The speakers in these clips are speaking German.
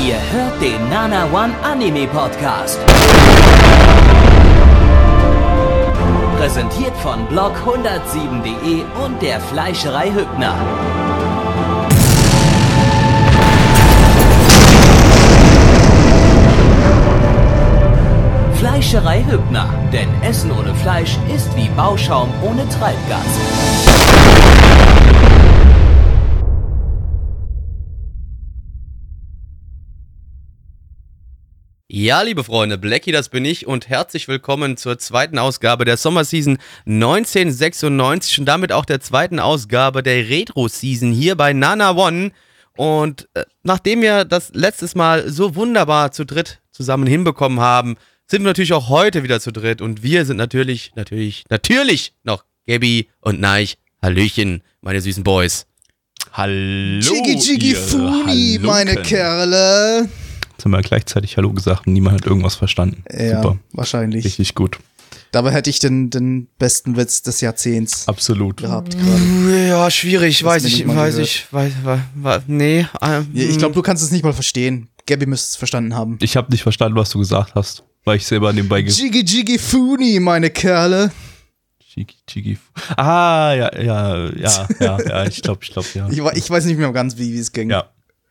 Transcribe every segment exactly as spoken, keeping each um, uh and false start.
Ihr hört den Nana One Anime Podcast. Präsentiert von blog hundertsieben punkt de und der Fleischerei Hübner. Fleischerei Hübner, denn Essen ohne Fleisch ist wie Bauschaum ohne Treibgas. Ja, liebe Freunde, Blackie, das bin ich und herzlich willkommen zur zweiten Ausgabe der Sommerseason neunzehnhundertsechsundneunzig und damit auch der zweiten Ausgabe der Retro-Season hier bei Nana One. Und äh, nachdem wir das letztes Mal so wunderbar zu dritt zusammen hinbekommen haben, sind wir natürlich auch heute wieder zu dritt und wir sind natürlich, natürlich, natürlich noch Gabby und Neich. Hallöchen, meine süßen Boys. Hallo, Jiggy Jiggy Funi, meine Kerle. Jetzt haben wir gleichzeitig Hallo gesagt und niemand hat irgendwas verstanden. Ja, super. Wahrscheinlich. Richtig gut. Dabei hätte ich den, den besten Witz des Jahrzehnts Absolut. gehabt gerade. Ja, schwierig, weiß ich, weiß ich, weiß, weiß, weiß, nee. Ähm, Ich glaube, du kannst es nicht mal verstehen. Gabby müsste es verstanden haben. Ich habe nicht verstanden, was du gesagt hast, weil ich selber nebenbei ge- Jiggy Jiggy Funi, meine Kerle. Jiggy Jiggy. Ah, ja, ja, ja, ja, ja, ich glaube, ich glaube, ja. Ich, ich weiß nicht mehr ganz, wie, wie es ging. Ja.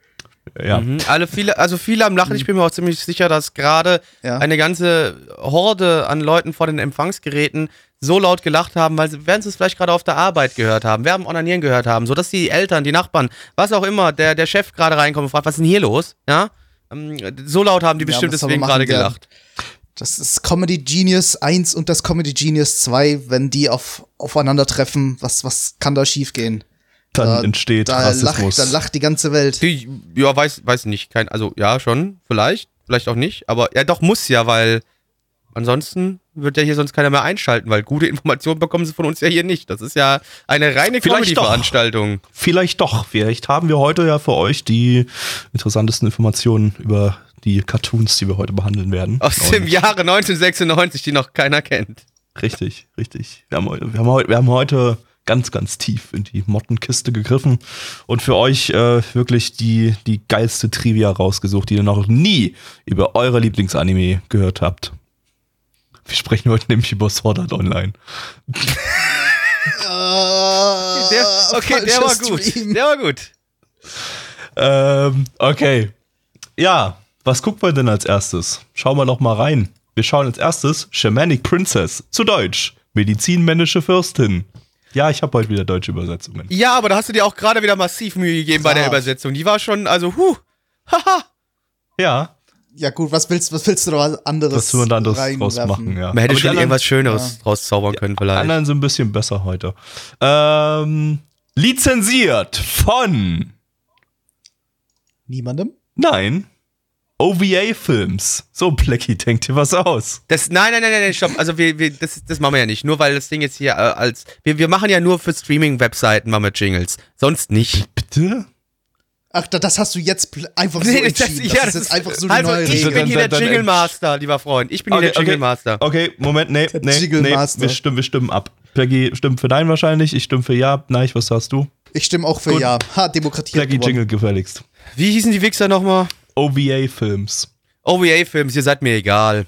Ja. Mhm. Alle viele, also viele am Lachen. Ich bin mir auch ziemlich sicher, dass gerade Ja. eine ganze Horde an Leuten vor den Empfangsgeräten so laut gelacht haben, weil sie, während sie es vielleicht gerade auf der Arbeit gehört haben, während Onanieren gehört haben, sodass die Eltern, die Nachbarn, was auch immer, der, der Chef gerade reinkommt und fragt, was ist denn hier los? Ja? Ähm, So laut haben die Ja, bestimmt was soll man deswegen machen, gerade der- gelacht. Das ist Comedy Genius eins und das Comedy Genius zwei, wenn die auf, aufeinandertreffen, was, was kann da schiefgehen? Dann Da- entsteht Da Rassismus. lacht, da lacht die ganze Welt. Die, ja, weiß, weiß nicht. Kein, also, ja, schon, vielleicht, vielleicht auch nicht. Aber ja, doch, muss ja, weil ansonsten wird ja hier sonst keiner mehr einschalten, weil gute Informationen bekommen sie von uns ja hier nicht. Das ist ja eine reine Vielleicht doch. Comedy-Veranstaltung. Vielleicht doch. Vielleicht haben wir heute ja für euch die interessantesten Informationen über die Cartoons, die wir heute behandeln werden. Aus Und dem Jahre neunzehnhundertsechsundneunzig, die noch keiner kennt. Richtig, richtig. Wir haben, heute- wir, haben heute, wir haben heute ganz, ganz tief in die Mottenkiste gegriffen und für euch äh, wirklich die, die geilste Trivia rausgesucht, die ihr noch nie über eure Lieblingsanime gehört habt. Wir sprechen heute nämlich über Sword Art Online. Der, okay, der war gut. Der war gut. Ähm, okay. Ja, was gucken wir denn als erstes? Schauen wir doch mal rein. Wir schauen als erstes Shamanic Princess, zu Deutsch, medizinmännische Fürstin. Ja, ich habe heute wieder deutsche Übersetzungen. Ja, aber da hast du dir auch gerade wieder massiv Mühe gegeben bei der Brav. Übersetzung. Die war schon, also, huh, haha. Ja, Ja gut, was willst, was willst du da anderes was will man da anderes draus reinwerfen? machen? Ja. Man hätte Aber die schon anderen- irgendwas Schöneres draus zaubern können, Die vielleicht. anderen sind ein bisschen besser heute. Ähm, lizenziert von, Niemandem? nein, O V A-Films. So, Blackie, denkt dir was aus. Das, nein, nein, nein, nein, stopp. Also wir, wir, das, das machen wir ja nicht. Nur weil das Ding jetzt hier äh, als. Wir, wir machen ja nur für Streaming-Webseiten machen wir Jingles. Sonst nicht. Bitte? Ach, da- das hast du jetzt pl- einfach so Nee, das- entschieden. Das, ja, ist jetzt einfach so die also neue ich Regel. bin hier der Dann- dann- Jingle Master, lieber Freund. Ich bin hier Okay, der Jingle Master. Okay, Moment, nee, Der nee, Jiggle nee, Master. wir stimmen, wir stimmen ab. Blackie stimmt für Nein wahrscheinlich, ich stimme für Ja. Nein, was sagst du? Ich stimme auch für Gut. Ja. Ha, Demokratie hat Blackie, gewonnen. Jingle gefälligst. Wie hießen die Wichser nochmal? O V A-Films. O V A-Films, ihr seid mir egal.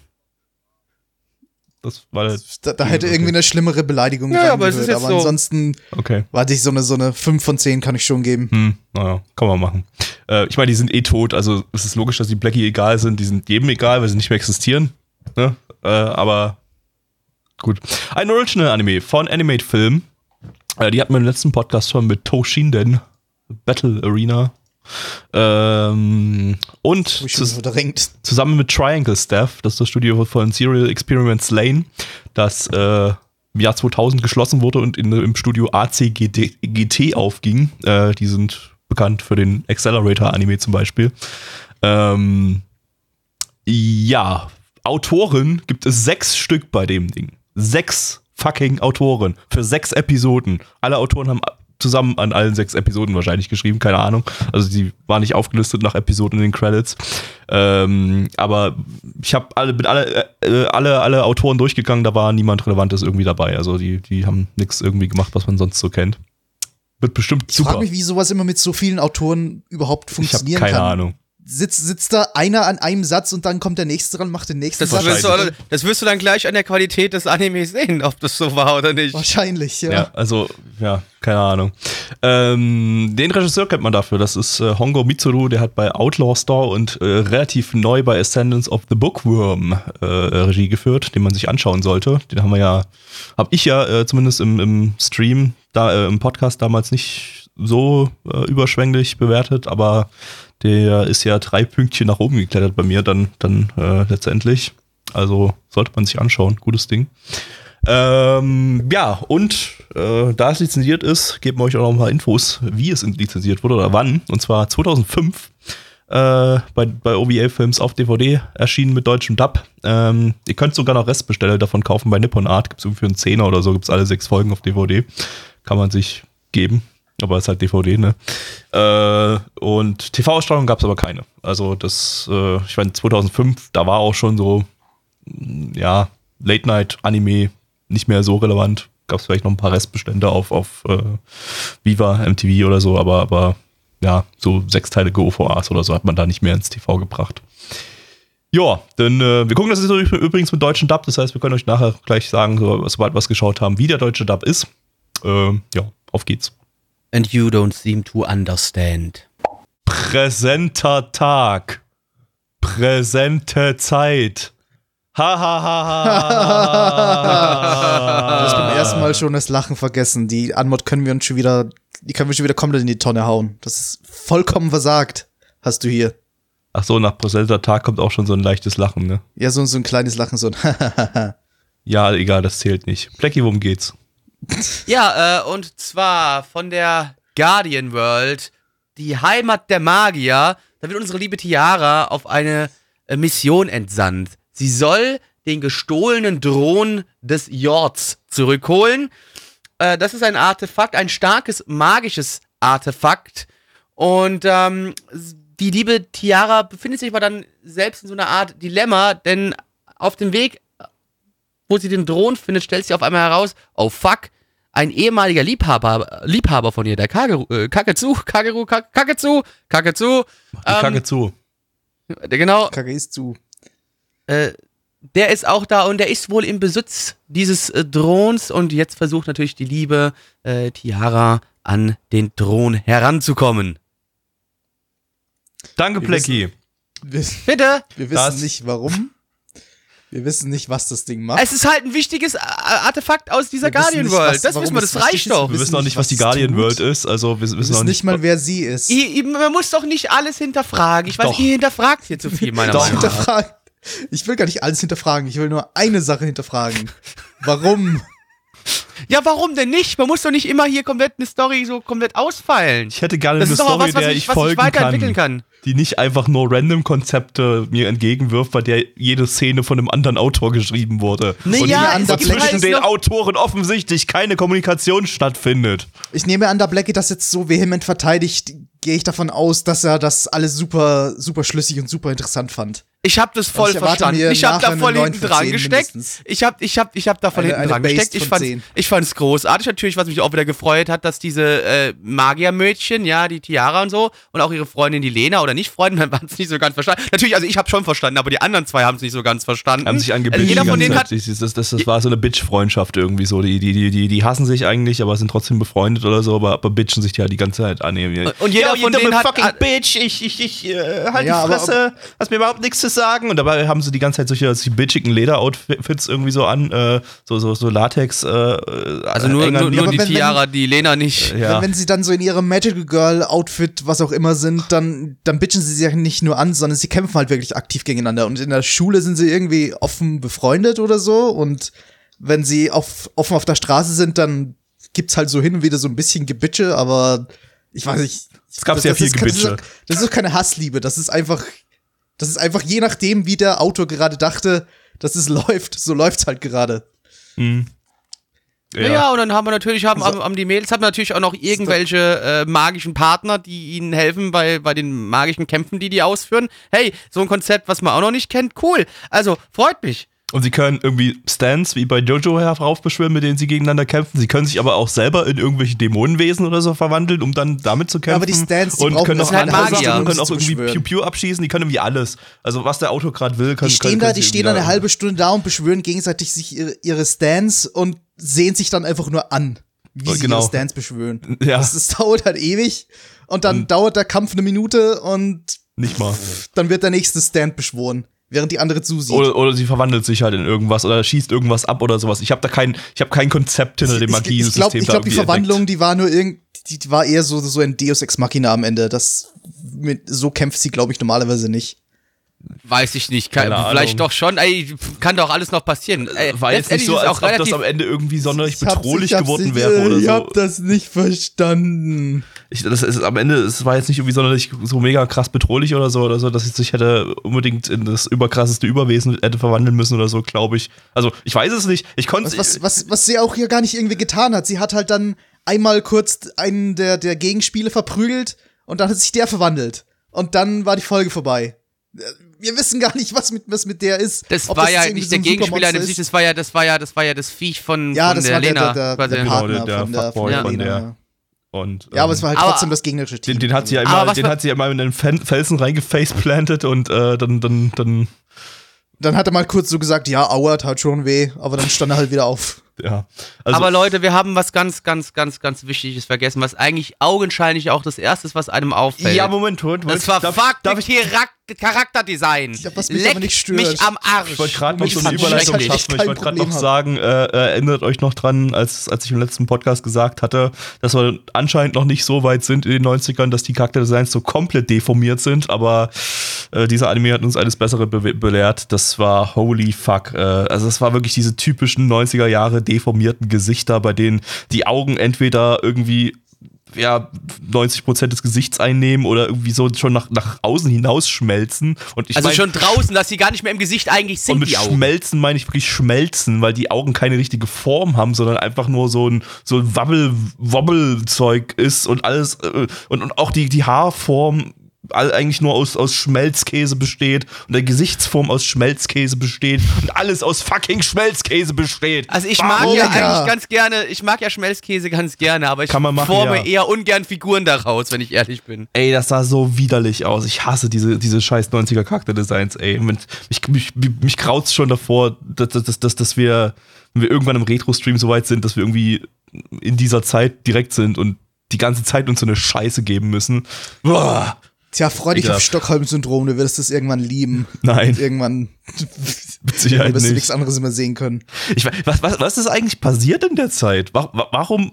Das war, Da, da hätte Okay. irgendwie eine schlimmere Beleidigung Ja, aber es reingehört, ist jetzt aber so. ansonsten, okay. warte ich, so eine, so eine fünf von zehn kann ich schon geben. Hm, naja, kann man machen. Äh, ich meine, die sind eh tot, also es ist logisch, dass die Blackie egal sind. Die sind jedem egal, weil sie nicht mehr existieren. Ne? Äh, aber gut. Ein Original-Anime von Animate Film. Äh, die hatten wir im letzten Podcast schon mit Toshinden, Battle Arena. Ähm, und Wo ich schon zus- verdrängt. zusammen mit Triangle Staff, das ist das Studio von Serial Experiments Lane, das äh, im Jahr zweitausend geschlossen wurde und in, im Studio A C G T aufging. Äh, die sind bekannt für den Accelerator-Anime zum Beispiel. Ähm, ja, Autoren gibt es sechs Stück bei dem Ding. Sechs fucking Autoren für sechs Episoden. Alle Autoren haben zusammen an allen sechs Episoden wahrscheinlich geschrieben, keine Ahnung. Also die waren nicht aufgelistet nach Episoden in den Credits. Ähm, aber ich habe alle, bin alle, äh, alle, alle Autoren durchgegangen, da war niemand Relevantes irgendwie dabei. Also die, die haben nichts irgendwie gemacht, was man sonst so kennt. Wird bestimmt Ich super. frage mich, wie sowas immer mit so vielen Autoren überhaupt Ich habe funktionieren keine kann. Ahnung. sitzt, sitzt da einer an einem Satz und dann kommt der nächste dran, macht den nächsten Das Satz. wirst, du, das wirst du dann gleich an der Qualität des Animes sehen, ob das so war oder nicht. Wahrscheinlich, ja. Ja, also, ja, keine Ahnung. Ähm, den Regisseur kennt man dafür, das ist äh, Hongo Mitsuru, der hat bei Outlaw Store und äh, relativ neu bei Ascendance of the Bookworm äh, Regie geführt, den man sich anschauen sollte. Den haben wir ja, hab ich ja äh, zumindest im, im Stream, da äh, im Podcast damals nicht so äh, überschwänglich bewertet, aber der ist ja drei Pünktchen nach oben geklettert bei mir dann, dann äh, letztendlich. Also sollte man sich anschauen, gutes Ding. Ähm, ja, und äh, da es lizenziert ist, geben wir euch auch noch ein paar Infos, wie es lizenziert wurde oder wann. Und zwar zweitausendfünf äh, bei, bei O V A-Films auf D V D erschienen mit deutschem Dub. Ähm, ihr könnt sogar noch Restbestelle davon kaufen bei Nippon Art. Gibt es irgendwie für einen Zehner oder so, gibt es alle sechs Folgen auf D V D. Kann man sich geben. Aber es ist halt D V D, ne? Äh, und T V-Ausstrahlung gab es aber keine. Also das, äh, ich meine, zweitausendfünf, da war auch schon so, ja, Late-Night-Anime nicht mehr so relevant. Gab es vielleicht noch ein paar Restbestände auf, auf äh, Viva, M T V oder so, aber, aber ja, so sechsteilige O V As oder so hat man da nicht mehr ins T V gebracht. Ja, dann, äh, wir gucken das jetzt übrigens mit deutschen Dub, das heißt, wir können euch nachher gleich sagen, so, sobald wir es geschaut haben, wie der deutsche Dub ist. Äh, ja, auf geht's. And you don't seem to understand. Präsenter Tag. Präsente Zeit. Ha, ha, ha, ha. Du hast beim ersten Mal schon das Lachen vergessen. Die Anmod können wir uns schon wieder, die können wir schon wieder komplett in die Tonne hauen. Das ist vollkommen versagt, hast du hier. Ach so, nach präsenter Tag kommt auch schon so ein leichtes Lachen, ne? Ja, so, so ein kleines Lachen, so ein Ja, egal, das zählt nicht. Blackie, worum geht's? Ja, äh, und zwar von der Guardian World, die Heimat der Magier. Da wird unsere liebe Tiara auf eine äh, Mission entsandt. Sie soll den gestohlenen Thron des Jords zurückholen. Äh, das ist ein Artefakt, ein starkes magisches Artefakt. Und ähm, die liebe Tiara befindet sich aber dann selbst in so einer Art Dilemma, denn auf dem Weg, wo sie den Thron findet, stellt sich auf einmal heraus, oh fuck, ein ehemaliger Liebhaber, Liebhaber von ihr, der Kageru, äh, Kagezu, Kageru, Kagezu, Kagezu. Mach die ähm, Kacke zu. Der, genau. Kacke ist zu. Äh, der ist auch da und der ist wohl im Besitz dieses äh, Throns und jetzt versucht natürlich die liebe äh, Tiara an den Thron heranzukommen. Danke, Blackie. Wir, Bitte? Wir wissen das. nicht, warum. Wir wissen nicht, was das Ding macht. Es ist halt ein wichtiges Artefakt aus dieser Wir wissen Guardian nicht, World. was- Das warum wissen wir, es das reicht wichtig ist. doch. Wir wissen auch nicht, was die was Guardian tut. World ist. Also wir wir wissen wissen auch nicht mal, wer sie ist. I, I, man muss doch nicht alles hinterfragen. Ich weiß, Doch. ihr hinterfragt hier zu viel, meiner Doch. Meinung nach. Hinterfragen. Ich will gar nicht alles hinterfragen. Ich will nur eine Sache hinterfragen. Warum? Ja, warum denn nicht? Man muss doch nicht immer hier komplett eine Story so komplett ausfeilen. Ich hätte gerne Das eine ist doch auch Story, was, was der ich, ich was ich folgen weiterentwickeln kann, kann. die nicht einfach nur random Konzepte mir entgegenwirft, bei der jede Szene von einem anderen Autor geschrieben wurde. Nee, und ja, es und gibt zwischen halt den noch- Autoren offensichtlich keine Kommunikation stattfindet. Ich nehme an, da Blackie das jetzt so vehement verteidigt, gehe ich davon aus, dass er das alles super, super schlüssig und super interessant fand. Ich habe das voll ich erwarte verstanden. mir Ich habe da nachher voll eine neun hinten von dran zehn gesteckt. mindestens. Ich habe ich hab, ich hab da voll Eine- hinten eine dran Based gesteckt. Ich von fand's, zehn. ich fand's großartig. Natürlich, was mich auch wieder gefreut hat, dass diese äh, Magiermädchen, ja, die Tiara und so, und auch ihre Freundin, die Lena, oder nicht Freundin, man hat es nicht so ganz verstanden. Natürlich, also ich habe schon verstanden, aber die anderen zwei haben es nicht so ganz verstanden. Haben sich Also angebitscht. jeder die von ganze denen hat. Zeit. das, das, das, das war so eine Bitch-Freundschaft irgendwie so. Die, die, die, die, die hassen sich eigentlich, aber sind trotzdem befreundet oder so, aber, aber bitchen sich ja die ganze Zeit an. Und jeder von denen hat. fucking Bitch, ich, ich, ich, äh, halt Ja, die aber- Fresse, hast mir überhaupt nichts zu sagen. Und dabei haben sie die ganze Zeit solche, solche bitchigen Leder-Outfits irgendwie so an, äh, so, so, so Latex, äh, Also nur, Engern- nur, nur aber die wenn- wenn- Tiara, die Lena nicht. Ja. Wenn, wenn sie dann so in ihrem Magical Girl Outfit, was auch immer sind, dann, dann bitchen sie sich ja nicht nur an, sondern sie kämpfen halt wirklich aktiv gegeneinander. Und in der Schule sind sie irgendwie offen befreundet oder so. Und wenn sie auf, offen auf der Straße sind, dann gibt's halt so hin und wieder so ein bisschen Gebitsche, aber ich weiß nicht. Es gab das- sehr das viel ist- das ist- Gebitsche. Das ist doch keine Hassliebe, das ist einfach, das ist einfach je nachdem, wie der Autor gerade dachte, dass es läuft, so läuft's halt gerade. Mhm. Ja. ja, und dann haben wir natürlich, haben, haben, haben die Mädels haben natürlich auch noch irgendwelche äh, magischen Partner, die ihnen helfen bei, bei den magischen Kämpfen, die die ausführen. Hey, so ein Konzept, was man auch noch nicht kennt, cool. Also, freut mich. Und sie können irgendwie Stands wie bei Jojo heraufbeschwören, mit denen sie gegeneinander kämpfen. Sie können sich aber auch selber in irgendwelche Dämonenwesen oder so verwandeln, um dann damit zu kämpfen. Ja, aber die Stands, die und brauchen können das auch halt andere Magier, Sachen, um können sie auch zu irgendwie beschwören. Pew Pew abschießen. Die können irgendwie alles. Also was der Autor gerade will, können Die stehen können, da, können die sie stehen irgendwie da eine halbe Stunde da und beschwören gegenseitig sich ihre, ihre Stands und sehen sich dann einfach nur an, wie sie Genau. ihre Stands beschwören. Ja. Das, das dauert halt ewig und dann Und- dauert der Kampf eine Minute und nicht mal. dann wird der nächste Stand beschworen, während die andere zusieht. Oder, oder sie verwandelt sich halt in irgendwas oder schießt irgendwas ab oder sowas. Ich habe da kein, ich habe kein Konzept hinter dem ich Magie-System. ich glaube, ich da glaub, die irgendwie Verwandlung, entdeckt. die war nur irgend, die, die war eher so, so ein Deus Ex Machina am Ende. Das, mit, so kämpft sie, glaube ich, normalerweise nicht. Weiß ich nicht. Kann, Keine vielleicht Ahnung. doch schon. Ey, kann doch alles noch passieren. Ey, War jetzt nicht letztendlich so, ist es als auch ob das relativ. am Ende irgendwie sonderlich Ich hab's- bedrohlich ich hab's geworden nicht, wäre äh, oder Ich so. hab das nicht verstanden. Ich, das ist am Ende, es war jetzt nicht irgendwie sonderlich so mega krass bedrohlich oder so, oder so, dass ich sich hätte unbedingt in das überkrasseste Überwesen hätte verwandeln müssen oder so, glaube ich. Also, ich weiß es nicht. Ich konnte Was, was, was, was sie auch hier gar nicht irgendwie getan hat. Sie hat halt dann einmal kurz einen der, der Gegenspiele verprügelt und dann hat sich der verwandelt. Und dann war die Folge vorbei. Wir wissen gar nicht, was mit, was mit der ist. Das Ob war jetzt ja irgendwie nicht so der ein Gegenspieler in Supermonster dem ist. Sicht, das war ja, das war ja, das war ja das Viech von, Ja, von das der war der, Lena. der, der, quasi. der Genau, Partner der- der von der, Fuckboy von von der der- Lena. und, Ja, aber es war halt Aber- trotzdem das gegnerische Team. den, den hat sie ja Aber immer, was den wir- hat sie ja immer in den Fen- Felsen reingefaceplantet und äh, dann, dann, dann, Dann hat er mal kurz so gesagt, ja, aua, tat schon weh, aber dann stand er halt wieder auf. ja. Also, Aber Leute, wir haben was ganz, ganz, ganz, ganz Wichtiges vergessen, was eigentlich augenscheinlich auch das Erste ist, was einem auffällt. ja, Moment, Moment. Das war darf, fuck darf ich, Charakterdesign. Ja, was mich Leck aber nicht stört. mich am Arsch. Ich wollte gerade noch Womit so ich eine fand, Überleitung ich schaffen. kein Ich wollte gerade noch Problem sagen, äh, erinnert euch noch dran, als, als ich im letzten Podcast gesagt hatte, dass wir anscheinend noch nicht so weit sind in den neunzigern, dass die Charakterdesigns so komplett deformiert sind, aber äh, dieser Anime hat uns alles Bessere be belehrt. Das war holy fuck. Äh, also es war wirklich diese typischen neunziger Jahre deformierten Gesichter, bei denen die Augen entweder irgendwie ja, neunzig Prozent des Gesichts einnehmen oder irgendwie so schon nach, nach außen hinaus schmelzen. Und ich Also mein, schon draußen, dass sie gar nicht mehr im Gesicht eigentlich sind, und mit die Augen. Schmelzen meine ich wirklich schmelzen, weil die Augen keine richtige Form haben, sondern einfach nur so ein, so ein Wabbel-Wobbel-Zeug ist und alles, äh, und, und auch die, die Haarform all, eigentlich nur aus, aus Schmelzkäse besteht und der Gesichtsform aus Schmelzkäse besteht und alles aus fucking Schmelzkäse besteht. Also ich Warum? mag ja Lecker. eigentlich ganz gerne, ich mag ja Schmelzkäse ganz gerne, aber ich Kann man machen, forme ja. eher ungern Figuren daraus, wenn ich ehrlich bin. Ey, das sah so widerlich aus. Ich hasse diese, diese scheiß neunziger Charakterdesigns, ey. Mich, mich, mich, mich graut's schon davor, dass, dass, dass, dass wir, wenn wir irgendwann im Retro-Stream so weit sind, dass wir irgendwie in dieser Zeit direkt sind und die ganze Zeit uns so eine Scheiße geben müssen. Boah. Tja, freu dich Ekelhaft. auf Stockholm-Syndrom, du wirst es irgendwann lieben. Nein. Und irgendwann Mit Sicherheit wirst du nicht. nichts anderes mehr sehen können. Ich, weiß- was, was, was ist eigentlich passiert in der Zeit? Wa- wa- Warum,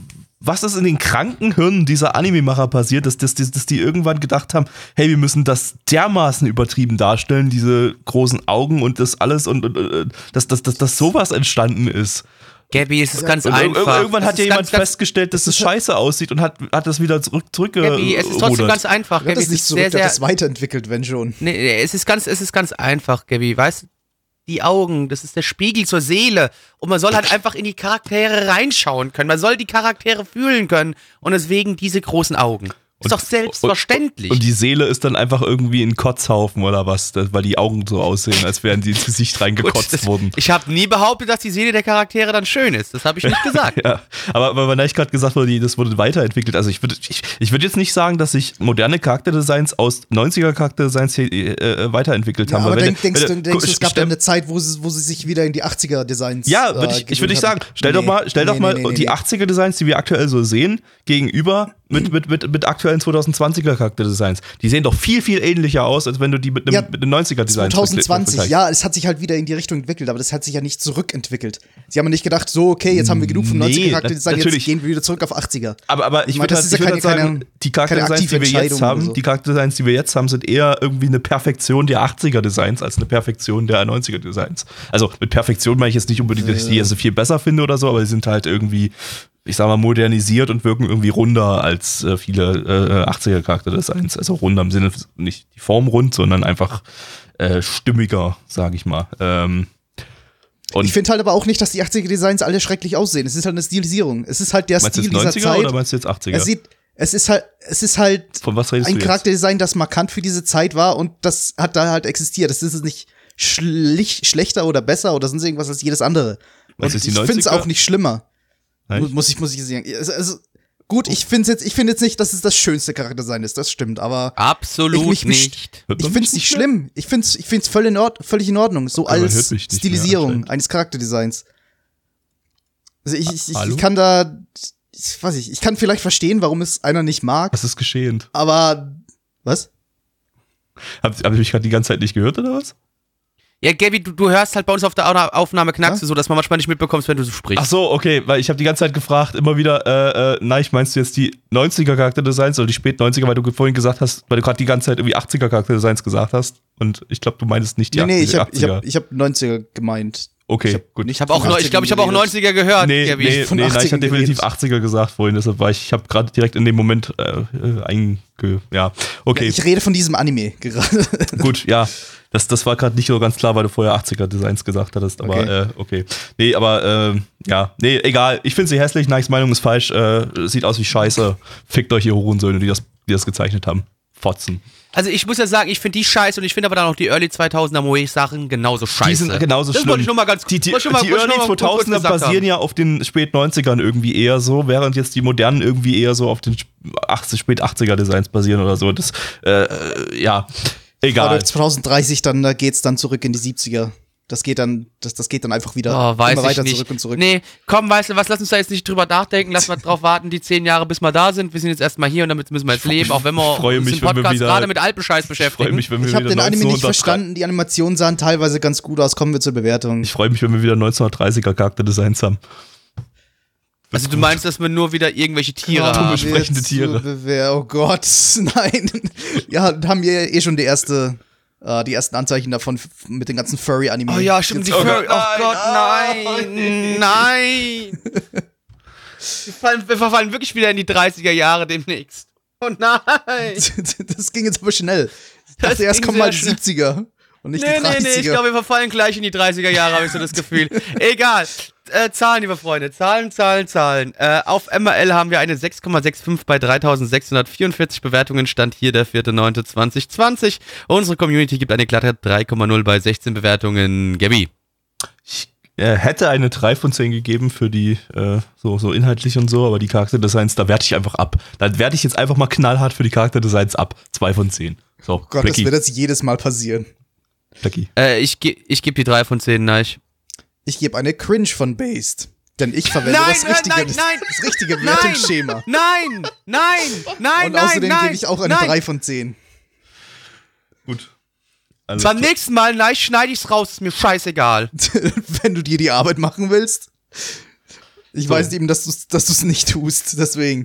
was ist in den kranken Hirnen dieser Anime-Macher passiert, dass, dass, dass, dass die irgendwann gedacht haben, hey, wir müssen das dermaßen übertrieben darstellen, diese großen Augen und das alles und, und, und dass, dass, dass, dass sowas entstanden ist. Gabby, es ist ganz Und ir- einfach. irgendwann Es hat ist ja jemand ganz, ganz, festgestellt, dass es scheiße aussieht und hat, hat das wieder zurück, zurückgerudert. Gabby, es ist trotzdem ganz einfach. Wird Gabby, das es nicht ist zurück, sehr, der sehr, hat das weiterentwickelt, wenn schon. nee, nee, es ist ganz, es ist ganz einfach, Gabby, weißt du? Die Augen, das ist der Spiegel zur Seele. Und man soll halt einfach in die Charaktere reinschauen können. Man soll die Charaktere fühlen können. Und deswegen diese großen Augen. Ist Und- doch selbstverständlich. Und die Seele ist dann einfach irgendwie ein Kotzhaufen oder was, das- weil die Augen so aussehen, als wären die ins Gesicht Gut, reingekotzt das, worden. ich habe nie behauptet, dass die Seele der Charaktere dann schön ist. Das habe ich nicht gesagt. Ja, aber, aber weil ich gerade gesagt wurde, die- das wurde weiterentwickelt. Also ich würde ich, ich würd jetzt nicht sagen, dass sich moderne Charakterdesigns aus neunziger Charakterdesigns hier, äh, äh, weiterentwickelt Ja, haben. aber Weil wenn denk, denkst, wenn du, denkst du, es gab stell- dann eine Zeit, wo sie, wo sie sich wieder in die achtziger-Designs Ja, würd ich, ich würde nicht sagen. Stell doch mal, stell doch mal die achtziger-Designs, die wir aktuell so sehen, gegenüber mit, mit, mit, mit aktuellen zweitausendzwanziger Charakterdesigns. Die sehen doch viel, viel ähnlicher aus, als wenn du die mit einem Ja, mit einem neunziger-Design zwanzig zwanzig, vergleichst. ja, es hat sich halt wieder in die Richtung entwickelt, aber das hat sich ja nicht zurückentwickelt. Sie haben ja nicht gedacht, so, okay, jetzt haben wir genug vom Nee, neunziger Charakterdesign, jetzt natürlich. gehen wir wieder zurück auf achtziger. Aber, aber ich Ich meine, würde das halt, ist ja ich würd halt keine- sagen, keine- die keine Charakterdesigns, die wir aktive jetzt Entscheidung haben, oder so. die Charakterdesigns, die wir jetzt haben, sind eher irgendwie eine Perfektion der achtziger-Designs als eine Perfektion der neunziger-Designs. Also mit Perfektion meine ich jetzt nicht unbedingt, dass ich die jetzt viel besser finde oder so, aber sie sind halt irgendwie, ich sag mal, modernisiert und wirken irgendwie runder als äh, viele äh, achtziger-Charakterdesigns. Also runder im Sinne, nicht die Form rund, sondern einfach äh, stimmiger, sage ich mal. Ähm, und Ich finde halt aber auch nicht, dass die achtziger-Designs alle schrecklich aussehen. Es ist halt eine Stilisierung. Es ist halt der meinst du Stil jetzt dieser neunziger Zeit. oder meinst du jetzt achtziger? Es sieht, es ist halt, es ist halt Von was redest ein du jetzt? Charakterdesign, das markant für diese Zeit war und das hat da halt existiert. Das ist nicht schlich, schlechter oder besser oder sonst irgendwas als jedes andere. Und ich finde es auch nicht schlimmer. Nein? Muss ich, muss ich sagen. Also, also gut, ich finde jetzt, ich finde jetzt nicht, dass es das schönste Charakterdesign ist, das stimmt, aber. Absolut ich, mich, nicht. Ich finde es nicht schlimm. Ich finde es ich find's völlig, in Ord- völlig in Ordnung, so aber als Stilisierung eines Charakterdesigns. Also ich, ich, ich, ich kann da, ich weiß nicht, ich kann vielleicht verstehen, warum es einer nicht mag. Was ist geschehen? Aber, was? Hab, hab ich mich gerade die ganze Zeit nicht gehört, oder was? Ja, Gabi, du, du hörst halt bei uns auf der Aufnahme knackst du, ja? So dass man manchmal nicht mitbekommst, wenn du so sprichst. Ach so, okay, weil ich habe die ganze Zeit gefragt, immer wieder, äh, äh, nein, meinst du jetzt die neunziger-Charakterdesigns oder die Spät-neunziger, weil du vorhin gesagt hast, weil du gerade die ganze Zeit irgendwie achtziger-Charakterdesigns gesagt hast und ich glaube, du meintest nicht die nee, nee, achtziger. Nee, ich habe ich hab, ich hab neunziger gemeint. Okay, ich hab, gut. Ich habe auch, neu, ich glaube, ich habe auch neunziger gehört. Nee, Gabi. nee, von nee nein, ich habe definitiv geredet. achtziger gesagt vorhin, deshalb war ich, ich habe gerade direkt in dem Moment äh, äh, einge... Ja, okay. Ja, ich rede von diesem Anime gerade. Gut, ja. Das, das war gerade nicht so ganz klar, weil du vorher achtziger-Designs gesagt hattest, aber okay. Äh, okay. Nee, aber äh, ja, nee, egal. Ich finde sie hässlich, Nikes Meinung ist falsch, äh, sieht aus wie Scheiße. Fickt euch ihr Hurensöhne, die das, die das gezeichnet haben. Fotzen. Also ich muss ja sagen, ich finde die scheiße und ich finde aber dann auch die Early zweitausender Moe-Sachen genauso scheiße. Die sind genauso das schlimm. wollte ich nur mal ganz Die, die, mal, die Early zweitausender basieren ja auf den Spät-neunzigern irgendwie eher so, während jetzt die modernen irgendwie eher so auf den Spät-achtziger-Designs basieren oder so. Das, äh, ja, egal. Oder zwanzig dreißig, dann da geht's dann zurück in die siebziger. Das geht dann, das, das geht dann einfach wieder oh, weiß immer weiter ich nicht. zurück und zurück. Nee, komm, weißt du was, lass uns da jetzt nicht drüber nachdenken, lass mal drauf warten, die zehn Jahre, bis wir da sind. Wir sind jetzt erstmal hier und damit müssen wir jetzt leben, auch wenn wir uns mich, im Podcast wieder, gerade mit Alpenscheiß beschäftigen. Ich, mich, wenn wir ich habe den Anime nicht neunzehnhundertdreißig verstanden, die Animationen sahen teilweise ganz gut aus, kommen wir zur Bewertung. Ich freue mich, wenn wir wieder neunzehnhundertdreißiger Charakterdesigns haben. Also du meinst, dass wir nur wieder irgendwelche Tiere Kommen haben? wir sprechende Tiere. Bewehr- oh Gott, nein. Ja, haben wir eh schon die erste... Uh, die ersten Anzeichen davon f- mit den ganzen Furry-Anime. Oh ja, stimmt, die oh Furry. Gott, Oh Gott, nein, nein. Wir, fallen, wir verfallen wirklich wieder in die dreißiger Jahre demnächst. Oh nein. Das ging jetzt aber schnell. Ich Das dachte, erst ging kommen mal die sehr schnell. siebziger und nicht Nee, die dreißiger. nee, nee, ich glaube, wir verfallen gleich in die dreißiger Jahre, habe ich so das Gefühl. Egal. Äh, Zahlen, liebe Freunde. Zahlen, Zahlen, Zahlen. Äh, auf M R L haben wir eine sechs Komma fünfundsechzig bei dreitausendsechshundertvierundvierzig Bewertungen. Stand hier der vierte neunte zweitausendzwanzig. Unsere Community gibt eine glatte drei Komma null bei sechzehn Bewertungen. Gabi. Ich äh, hätte eine drei von zehn gegeben für die äh, so, so inhaltlich und so, aber die Charakterdesigns, da werte ich einfach ab. Da werte ich jetzt einfach mal knallhart für die Charakterdesigns ab. zwei von zehn. So, Oh Gott, Blackie. das wird jetzt jedes Mal passieren. Blackie. Äh, ich ge- ich gebe die drei von zehn, nein. Ich gebe eine Cringe von Based. Denn ich verwende Nein, das richtige, nein, nein, das richtige nein, Wertungsschema. Nein, nein, nein, Und nein, außerdem nein, gebe ich auch eine nein. drei von zehn. Gut. Alles Beim klar. nächsten Mal, nein, schneide ich's raus, ist mir scheißegal. Wenn du dir die Arbeit machen willst. Ich So. weiß eben, dass du es dass du's nicht tust, deswegen.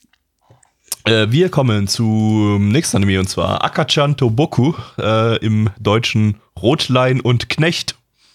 Äh, wir kommen zum nächsten Anime und zwar Akachan Toboku, äh, im Deutschen Rotlein und Knecht.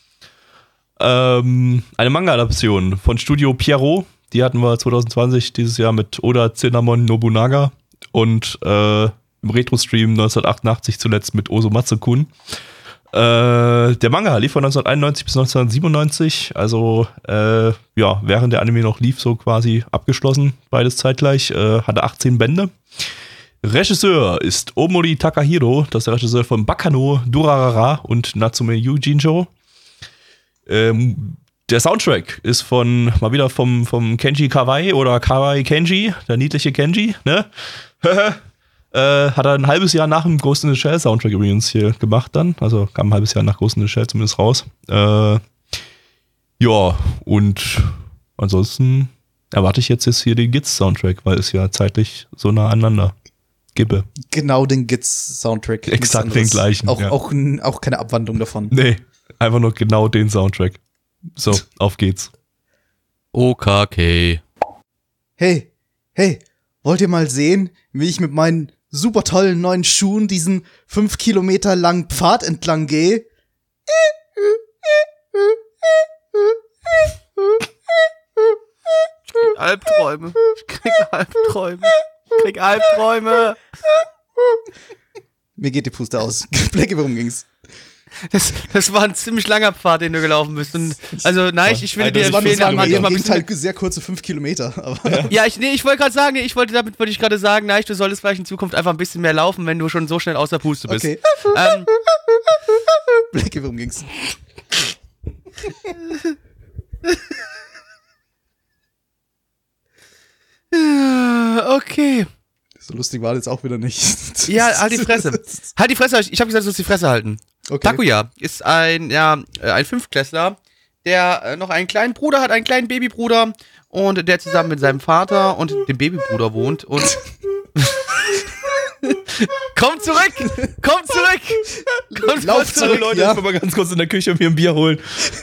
Ähm, eine Manga-Adaption von Studio Pierrot. Die hatten wir zwanzig zwanzig dieses Jahr mit Oda Cinnamon Nobunaga und äh, im Retro-Stream neunzehnhundertachtundachtzig zuletzt mit Osomatsu-kun. Äh, der Manga lief von neunzehnhunderteinundneunzig bis neunzehnhundertsiebenundneunzig, also äh, ja, während der Anime noch lief, so quasi abgeschlossen, beides zeitgleich, äh, hatte achtzehn Bände. Regisseur ist Omori Takahiro, das ist der Regisseur von Bakano, Durarara und Natsume Yujinjo. Ähm, der Soundtrack ist von, mal wieder vom, vom Kenji Kawai oder Kawai Kenji, der niedliche Kenji, ne? Äh, hat er ein halbes Jahr nach dem Ghost in the Shell Soundtrack übrigens hier gemacht dann. Also kam ein halbes Jahr nach Ghost in the Shell zumindest raus. Äh, ja, und ansonsten erwarte ich jetzt, jetzt hier den Gitz Soundtrack, weil es ja zeitlich so nah aneinander gebe. Genau den Gitz-Soundtrack. nichts Exakt anderes. den gleichen, Auch, ja. auch, n- auch keine Abwandlung davon. Nee, einfach nur genau den Soundtrack. So, auf geht's. O K K. Hey, hey, wollt ihr mal sehen, wie ich mit meinen super tollen neuen Schuhen diesen fünf Kilometer langen Pfad entlang gehe? Albträume. Ich krieg Albträume. Ich krieg Albträume. Mir geht die Puste aus. Blackie, worum ging's? Das, das war ein ziemlich langer Pfad, den du gelaufen bist. Und, also, nein, ich, ich will dir Das waren, empfehlen, das waren manchmal im ein bisschen- Gegenteil sehr kurze fünf Kilometer. Aber Ja, ich, nee, ich wollte gerade sagen, ich wollte, damit wollte ich gerade sagen, nein, du solltest vielleicht in Zukunft einfach ein bisschen mehr laufen, wenn du schon so schnell außer Puste bist. okay. Ähm, Blackie, worum ging's? Okay. So lustig war das auch wieder nicht. Ja, halt die Fresse. Halt die Fresse, ich habe gesagt, du musst die Fresse halten. Okay. Takuya ist ein, ja, ein Fünftklässler, der äh, noch einen kleinen Bruder hat, einen kleinen Babybruder und der zusammen mit seinem Vater und dem Babybruder wohnt und komm zurück! Komm zurück! Komm Lauf zurück! zurück, Leute, ja. ich will mal ganz kurz in der Küche mir ein Bier holen.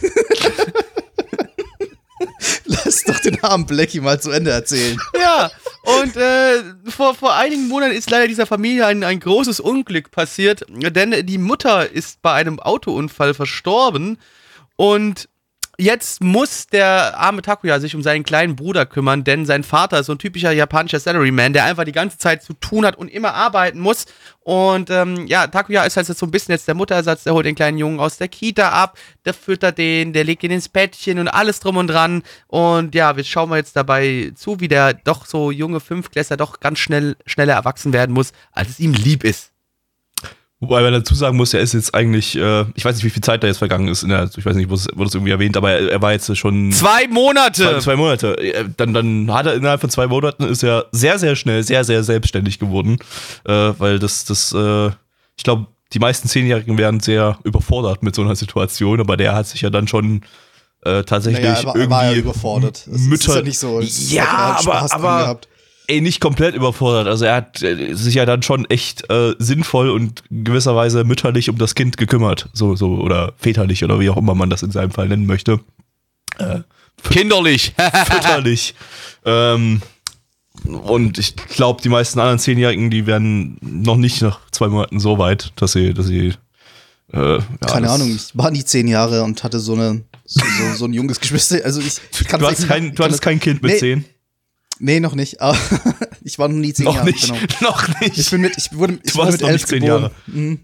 Lass doch den armen Blackie mal zu Ende erzählen. Ja, und äh, vor, vor einigen Monaten ist leider dieser Familie ein, ein großes Unglück passiert, denn die Mutter ist bei einem Autounfall verstorben und jetzt muss der arme Takuya sich um seinen kleinen Bruder kümmern, denn sein Vater ist so ein typischer japanischer Salaryman, der einfach die ganze Zeit zu tun hat und immer arbeiten muss. Und ähm, ja, Takuya ist halt so ein bisschen jetzt der Mutterersatz, der holt den kleinen Jungen aus der Kita ab, der füttert den, der legt ihn ins Bettchen und alles drum und dran. Und ja, wir schauen mal jetzt dabei zu, wie der doch so junge Fünftklässler doch ganz schnell schneller erwachsen werden muss, als es ihm lieb ist. Wobei man dazu sagen muss, er ist jetzt eigentlich, äh, ich weiß nicht, wie viel Zeit da jetzt vergangen ist, in der, ich weiß nicht, wurde es irgendwie erwähnt, aber er, er war jetzt schon... Zwei Monate! Zwei, zwei Monate. Dann, dann hat er innerhalb von zwei Monaten ist er sehr, sehr schnell, sehr, sehr selbstständig geworden, äh, weil das, das, äh, ich glaube, die meisten Zehnjährigen werden sehr überfordert mit so einer Situation, aber der hat sich ja dann schon äh, tatsächlich Naja, er war, irgendwie war ja überfordert. Es Mütter, ist ja nicht so. es ja, hat er halt aber, Spaß dran aber gehabt. ey, nicht komplett überfordert. Also er hat äh, sich ja dann schon echt äh, sinnvoll und gewisserweise mütterlich um das Kind gekümmert. So, so, oder väterlich oder wie auch immer man das in seinem Fall nennen möchte. Äh, Kinderlich! Väterlich. ähm, und ich glaube, die meisten anderen Zehnjährigen, die werden noch nicht nach zwei Monaten so weit, dass sie, dass sie äh, ja, Keine das, Ahnung, ich war nie zehn Jahre und hatte so eine so, so, so ein junges Geschwister. Also ich, ich kann Du, hast kein, du hattest kein Kind mit nee, zehn? Nee, noch nicht. Aber ich war noch nie zehn Noch Jahre. nicht. Genau. Noch nicht. Ich bin mit, ich wurde, ich Du wurde warst mit noch elf nicht zehn geboren. Jahre. Mhm.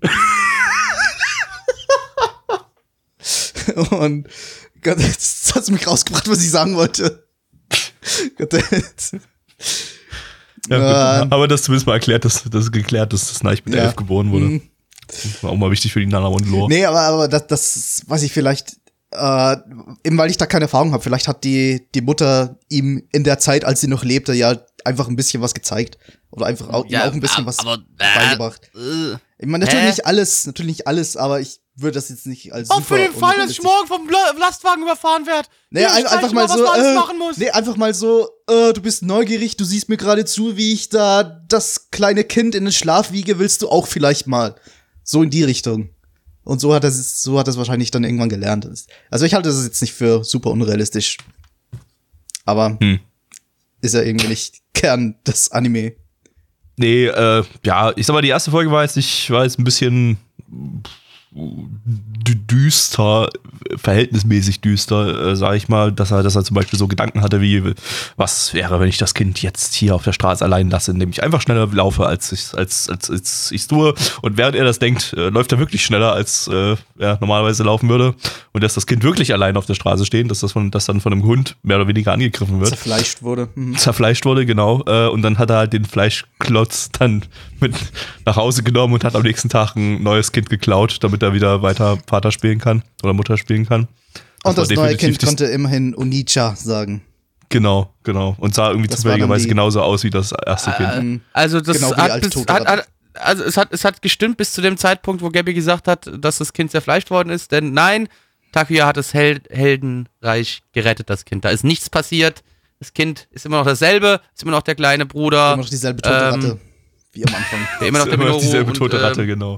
Und Gott, jetzt hast du mich rausgebracht, was ich sagen wollte. Gott, jetzt. Ja, Äh, gut. Aber das zumindest mal erklärt, dass das geklärt ist, dass Nike mit Ja. elf geboren wurde. Mhm. Das war auch mal wichtig für die Nana und Lore. Nee, aber, aber das, das weiß ich vielleicht, äh, eben weil ich da keine Erfahrung habe, vielleicht hat die, die Mutter ihm in der Zeit, als sie noch lebte, ja einfach ein bisschen was gezeigt. Oder einfach auch, ihm auch ein bisschen was aber, beigebracht. Äh, Ich meine, natürlich Hä? nicht alles, natürlich nicht alles, aber ich würde das jetzt nicht als auch super für den Fall, dass ich unrealistisch- morgen vom La- Lastwagen überfahren werde. Nee, ein, einfach mal so, was man alles äh, machen muss. nee, einfach mal so, äh, du bist neugierig, du siehst mir gerade zu, wie ich da das kleine Kind in den Schlaf wiege, willst du auch vielleicht mal. So in die Richtung. Und so hat er es, so hat er es wahrscheinlich dann irgendwann gelernt. Also ich halte das jetzt nicht für super unrealistisch. Aber Hm. ist ja irgendwie nicht Kern des Anime. Nee, äh, ja, ich sag mal, die erste Folge war jetzt nicht, war jetzt ein bisschen dü- düster, verhältnismäßig düster, äh, sag ich mal, dass er, dass er zum Beispiel so Gedanken hatte wie, was wäre, wenn ich das Kind jetzt hier auf der Straße allein lasse, indem ich einfach schneller laufe, als ich als, als, als ich tue. Und während er das denkt, äh, läuft er wirklich schneller, als äh, er normalerweise laufen würde. Und dass das Kind wirklich allein auf der Straße steht, dass das, von, das dann von einem Hund mehr oder weniger angegriffen wird. Zerfleischt wurde. Mhm. Zerfleischt wurde, genau. Äh, und dann hat er halt den Fleischklotz dann mit nach Hause genommen und hat am nächsten Tag ein neues Kind geklaut, damit er wieder weiter Vater spielen kann oder Mutter spielen kann. Und das war neue definitiv Kind das- konnte immerhin Onichan sagen. Genau, genau. Und sah irgendwie Das war dann zufälligerweise die- genauso aus wie das erste Kind. Mhm. Also das Genau wie hat, als bis, tote hat, Ratte. hat also es hat es hat gestimmt bis zu dem Zeitpunkt, wo Gabby gesagt hat, dass das Kind zerfleischt worden ist, denn nein, Takuya hat es hel heldenreich gerettet, das Kind. Da ist nichts passiert. Das Kind ist immer noch dasselbe, ist immer noch der kleine Bruder, Immer noch dieselbe tote ähm, Ratte. Wie am Anfang. der immer noch der Immer noch Minoru dieselbe und, tote Ratte, ähm, genau.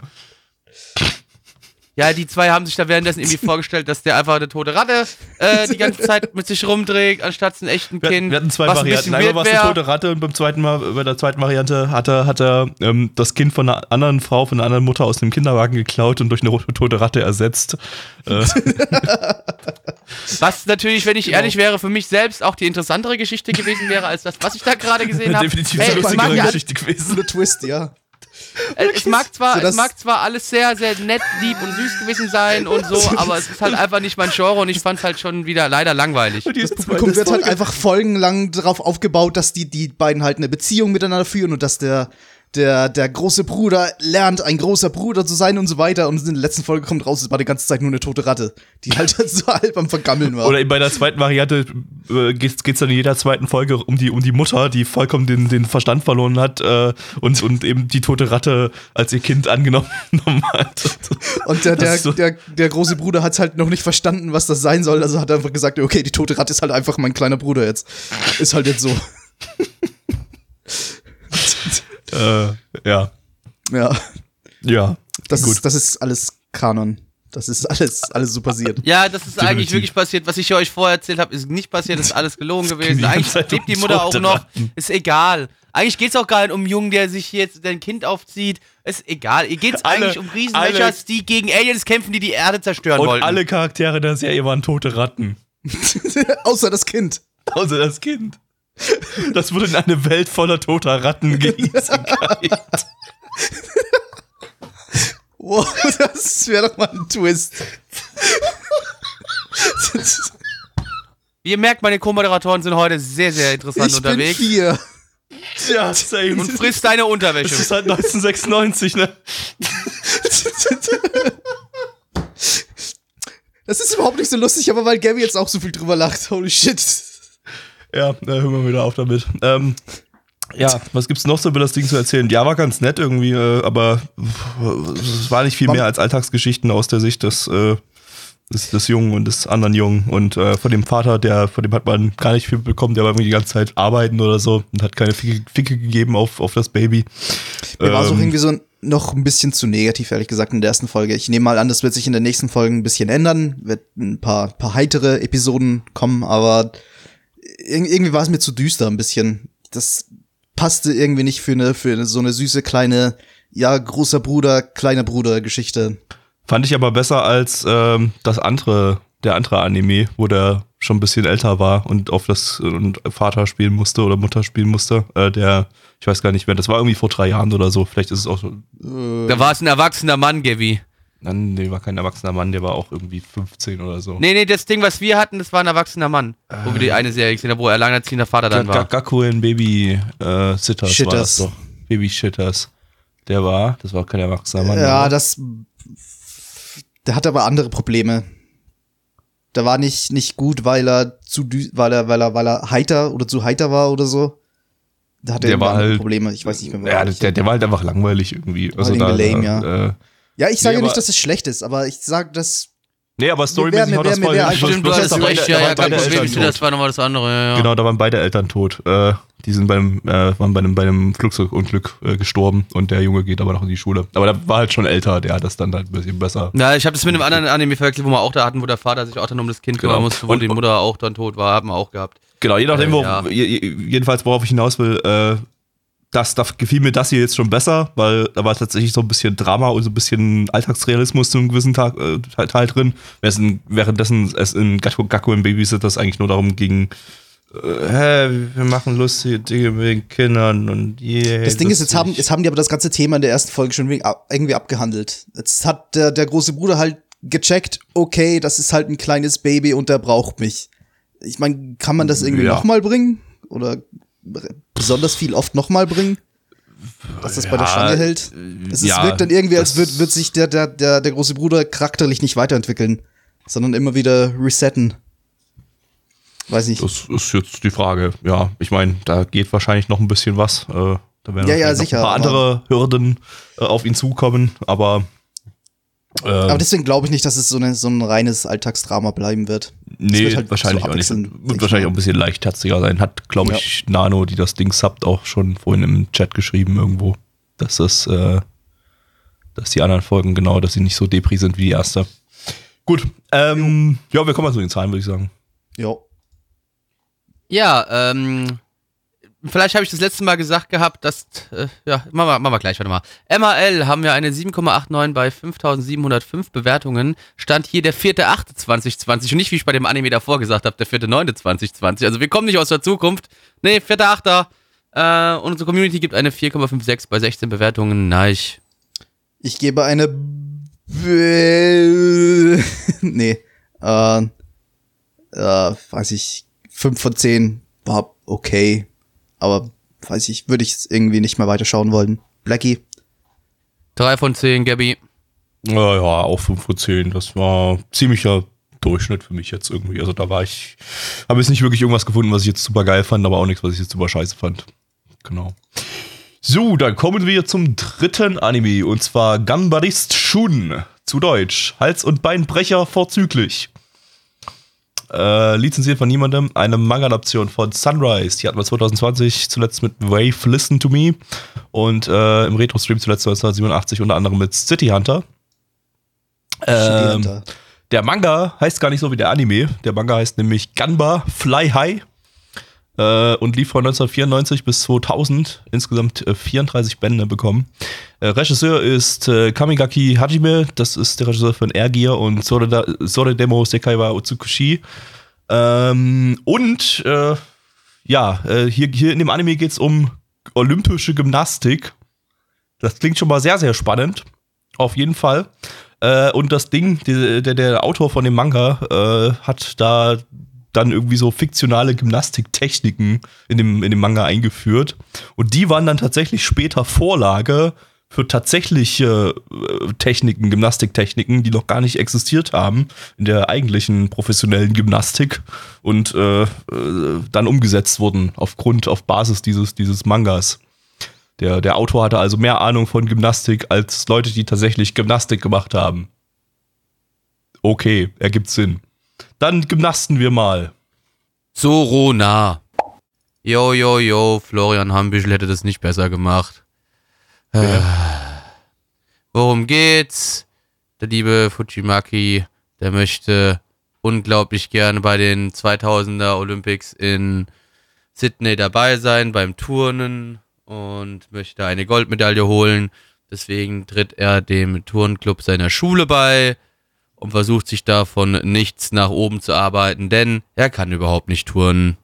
Ja, die zwei haben sich da währenddessen irgendwie vorgestellt, dass der einfach eine tote Ratte äh, die ganze Zeit mit sich rumträgt, anstatt einen echten Wir, Kind. wir hatten zwei was ein Varianten. bisschen Einmal weird war es eine wär. tote Ratte und beim zweiten Mal, bei der zweiten Variante hat er, hat er ähm, das Kind von einer anderen Frau, von einer anderen Mutter aus dem Kinderwagen geklaut und durch eine rote- tote Ratte ersetzt. Äh, Was natürlich, wenn ich Genau. ehrlich wäre, für mich selbst auch die interessantere Geschichte gewesen wäre, als das, was ich da gerade gesehen habe. definitiv Hey, eine es mag lustigere ja Geschichte gewesen. Der Twist, ja. Äh, Es mag, zwar, So, das- es mag zwar alles sehr, sehr nett, lieb und süß gewesen sein und so, aber es ist halt einfach nicht mein Genre und ich fand es halt schon wieder leider langweilig. Das Publikum wird halt einfach folgenlang darauf aufgebaut, dass die, die beiden halt eine Beziehung miteinander führen und dass der, der, der große Bruder lernt, ein großer Bruder zu sein und so weiter. Und in der letzten Folge kommt raus, es war die ganze Zeit nur eine tote Ratte, die halt so halb am Vergammeln war. Oder bei der zweiten Variante äh, geht es dann in jeder zweiten Folge um die, um die Mutter, die vollkommen den, den Verstand verloren hat äh, und, und eben die tote Ratte als ihr Kind angenommen hat. Und der, der, so der, der große Bruder hat halt noch nicht verstanden, was das sein soll. Also hat er einfach gesagt, okay, die tote Ratte ist halt einfach mein kleiner Bruder jetzt. Ist halt jetzt so. Äh, ja. Ja. Ja. Das gut. ist, das ist alles Kanon. Das ist alles, alles so passiert. Ja, das ist Definitiv. eigentlich wirklich passiert. Was ich euch vorher erzählt habe, ist nicht passiert, ist alles gelogen gewesen. Die Eigentlich ganze Zeit lebt die um Mutter auch tote noch. Ratten. Ist egal. Eigentlich geht's auch gar nicht um einen Jungen, der sich jetzt sein Kind aufzieht. Ist egal. Hier geht's Alle- eigentlich um Riesenmechas, die gegen Aliens kämpfen, die die Erde zerstören Und wollten. alle Charaktere der Serie waren tote Ratten. Außer das Kind. Außer das Kind. Das wurde in eine Welt voller toter Ratten geisengeilt. Wow, das wäre doch mal ein Twist. Wie ihr merkt, meine Co-Moderatoren sind heute sehr, sehr interessant Ich unterwegs. bin vier. Ja, same. Und frisst deine Unterwäsche. Das ist halt neunzehnhundertsechsundneunzig, ne? Das ist überhaupt nicht so lustig, aber weil Gabby jetzt auch so viel drüber lacht. Holy shit. Ja, da hören wir wieder auf damit. Ähm, ja, was gibt's noch so über das Ding zu erzählen? Ja, war ganz nett irgendwie, äh, aber es war nicht viel mehr als Alltagsgeschichten aus der Sicht des, äh, des, des Jungen und des anderen Jungen. Und äh, von dem Vater, der, von dem hat man gar nicht viel bekommen, der war irgendwie die ganze Zeit arbeiten oder so und hat keine Ficke, Ficke gegeben auf, auf das Baby. Mir war es auch Ähm, irgendwie so noch ein bisschen zu negativ, ehrlich gesagt, in der ersten Folge. Ich nehme mal an, das wird sich in der nächsten Folge ein bisschen ändern. Wird ein paar, paar heitere Episoden kommen, aber ir- irgendwie war es mir zu düster ein bisschen. Das passte irgendwie nicht für eine, für eine, so eine süße kleine, ja, großer Bruder, kleiner Bruder Geschichte. Fand ich aber besser als ähm, das andere, der andere Anime, wo der schon ein bisschen älter war und auf das und Vater spielen musste oder Mutter spielen musste. Äh, der, ich weiß gar nicht mehr, das war irgendwie vor drei Jahren oder so. Vielleicht ist es auch so. Da war es ein erwachsener Mann, Gaby. Nein, nee, war kein erwachsener Mann, der war auch irgendwie fünfzehn oder so. Nee, nee, das Ding, was wir hatten, das war ein erwachsener Mann. Wo wir die eine Serie gesehen haben, wo er alleinerziehender Vater dann war. Gakuen Baby äh, Sitters war das Shitters. doch. Baby Shitters. Der war, das war kein erwachsener Mann. Ja, oder? das, der hatte aber andere Probleme. Der war nicht, nicht gut, weil er zu, dü- weil er, weil er, weil er heiter oder zu heiter war oder so. Da hatte Der er war andere halt- Probleme. Ich weiß nicht mehr, Ja, welche. der, der war halt einfach langweilig irgendwie. War irgendwie lame, ja. Äh, Ja, ich sage Nee, nicht, aber- dass es schlecht ist, aber ich sage, dass nee, aber Mir storymäßig wär- haut mir das wär- voll mir wär- hin. Stimmt, Du Bloß- hast bloß, dass recht, beide- ja, da ja, waren kein beide Problem, Eltern das tot. war nochmal das andere, ja, ja. Genau, da waren beide Eltern tot. Äh, die sind beim, äh, waren bei einem, bei einem Flugzeugunglück äh, gestorben und der Junge geht aber noch in die Schule. Aber der war halt schon älter, der hat das dann halt ein bisschen besser. Ja, ich habe das mit einem anderen Anime verwechselt, wo wir auch da hatten, wo der Vater sich auch dann um das Kind kümmern Genau. musste, wo Und- die Mutter auch dann tot war, haben wir auch gehabt. Genau, je nachdem, Äh, wo, ja. je- je- jedenfalls worauf ich hinaus will, äh, das, da gefiel mir das hier jetzt schon besser, weil da war tatsächlich so ein bisschen Drama und so ein bisschen Alltagsrealismus zu einem gewissen Tag, äh, Teil, Teil drin. Während- Währenddessen es in Gakuen Babysitters eigentlich nur darum ging, äh, hä, wir machen lustige Dinge mit den Kindern und yeah. das Ding ist, jetzt haben, lustig. jetzt haben die aber das ganze Thema in der ersten Folge schon wegen- irgendwie abgehandelt. Jetzt hat der, der große Bruder halt gecheckt, okay, das ist halt ein kleines Baby und der braucht mich. Ich meine, kann man das irgendwie Ja. nochmal bringen? Oder besonders viel oft nochmal bringen? Dass das bei der Ja, Stange hält? Es ist, ja, wirkt dann irgendwie, als das- wird, wird sich der, der, der, der große Bruder charakterlich nicht weiterentwickeln, sondern immer wieder resetten. Weiß nicht. Das ist jetzt die Frage. Ja, ich meine, da geht wahrscheinlich noch ein bisschen was. Äh, da werden Ja, ja, wahrscheinlich noch sicher, ein paar aber- andere Hürden äh, auf ihn zukommen, aber äh, Aber deswegen glaube ich nicht, dass es so, eine, so ein reines Alltagsdrama bleiben wird. Es nee, wird halt wahrscheinlich so auch nicht. abwechselnd, denk Wird ich wahrscheinlich mal. auch ein bisschen leichtherziger sein. Hat, glaube ich, Nano, die das Ding subbt, auch schon vorhin im Chat geschrieben irgendwo, dass das, äh, dass die anderen Folgen genau, dass sie nicht so depri sind wie die erste. Gut, ähm, ja, wir kommen mal zu den Zahlen, würde ich sagen. Ja. Ja, ähm, vielleicht habe ich das letzte Mal gesagt gehabt, dass, äh, ja, machen wir, machen wir gleich, warte mal. M A L haben wir eine sieben Komma neunundachtzig bei fünftausendsiebenhundertfünf Bewertungen. Stand hier der vierte achte zweitausendzwanzig und nicht, wie ich bei dem Anime davor gesagt habe, der vierte neunte zweitausendzwanzig. Also wir kommen nicht aus der Zukunft. Nee, vierter achter Äh, und unsere Community gibt eine vier Komma sechsundfünfzig bei sechzehn Bewertungen. Nice. Ich gebe eine B- nee. Äh, äh, weiß ich, fünf von zehn war okay. Aber weiß ich, würde ich irgendwie nicht mehr weiterschauen wollen. Blackie. Drei von zehn, Gabby. Ja, ja, auch fünf von zehn. Das war ziemlicher Durchschnitt für mich jetzt irgendwie. Also da war ich, habe jetzt nicht wirklich irgendwas gefunden, was ich jetzt super geil fand, aber auch nichts, was ich jetzt super scheiße fand. Genau. So, dann kommen wir zum dritten Anime und zwar Ganbarist Shun. Zu Deutsch. Hals- und Beinbrecher vorzüglich. Äh, lizenziert von niemandem. Eine Manga-Adaption von Sunrise. Die hatten wir zwanzig zwanzig zuletzt mit Wave Listen to Me. Und äh, im Retro-Stream zuletzt neunzehnhundertsiebenundachtzig unter anderem mit City Hunter. Ähm, Hunter. Der Manga heißt gar nicht so wie der Anime. Der Manga heißt nämlich Ganba Fly High. Äh, und lief von neunzehnhundertvierundneunzig bis zweitausend. Insgesamt äh, vierunddreißig Bände bekommen. Äh, Regisseur ist äh, Kamigaki Hajime. Das ist der Regisseur von Air Gear und Soreda, Soredemo Sekai wa Utsukushi. Ähm, und äh, ja, äh, hier, hier in dem Anime geht es um olympische Gymnastik. Das klingt schon mal sehr, sehr spannend. Auf jeden Fall. Äh, und das Ding, die, der, der Autor von dem Manga äh, hat da dann irgendwie so fiktionale Gymnastiktechniken in dem, in dem Manga eingeführt. Und die waren dann tatsächlich später Vorlage für tatsächliche äh, Techniken, Gymnastiktechniken, die noch gar nicht existiert haben in der eigentlichen professionellen Gymnastik und äh, äh, dann umgesetzt wurden aufgrund, auf Basis dieses, dieses Mangas. Der, der Autor hatte also mehr Ahnung von Gymnastik als Leute, die tatsächlich Gymnastik gemacht haben. Okay, ergibt Sinn. Dann gymnasten wir mal. Sorona. Jo, jo, jo, Florian Hambüschel hätte das nicht besser gemacht. Äh, worum geht's? Der liebe Fujimaki, der möchte unglaublich gerne bei den zweitausender Olympics in Sydney dabei sein, beim Turnen und möchte eine Goldmedaille holen. Deswegen tritt er dem Turnclub seiner Schule bei und versucht sich da von nichts nach oben zu arbeiten, denn er kann überhaupt nicht turnen.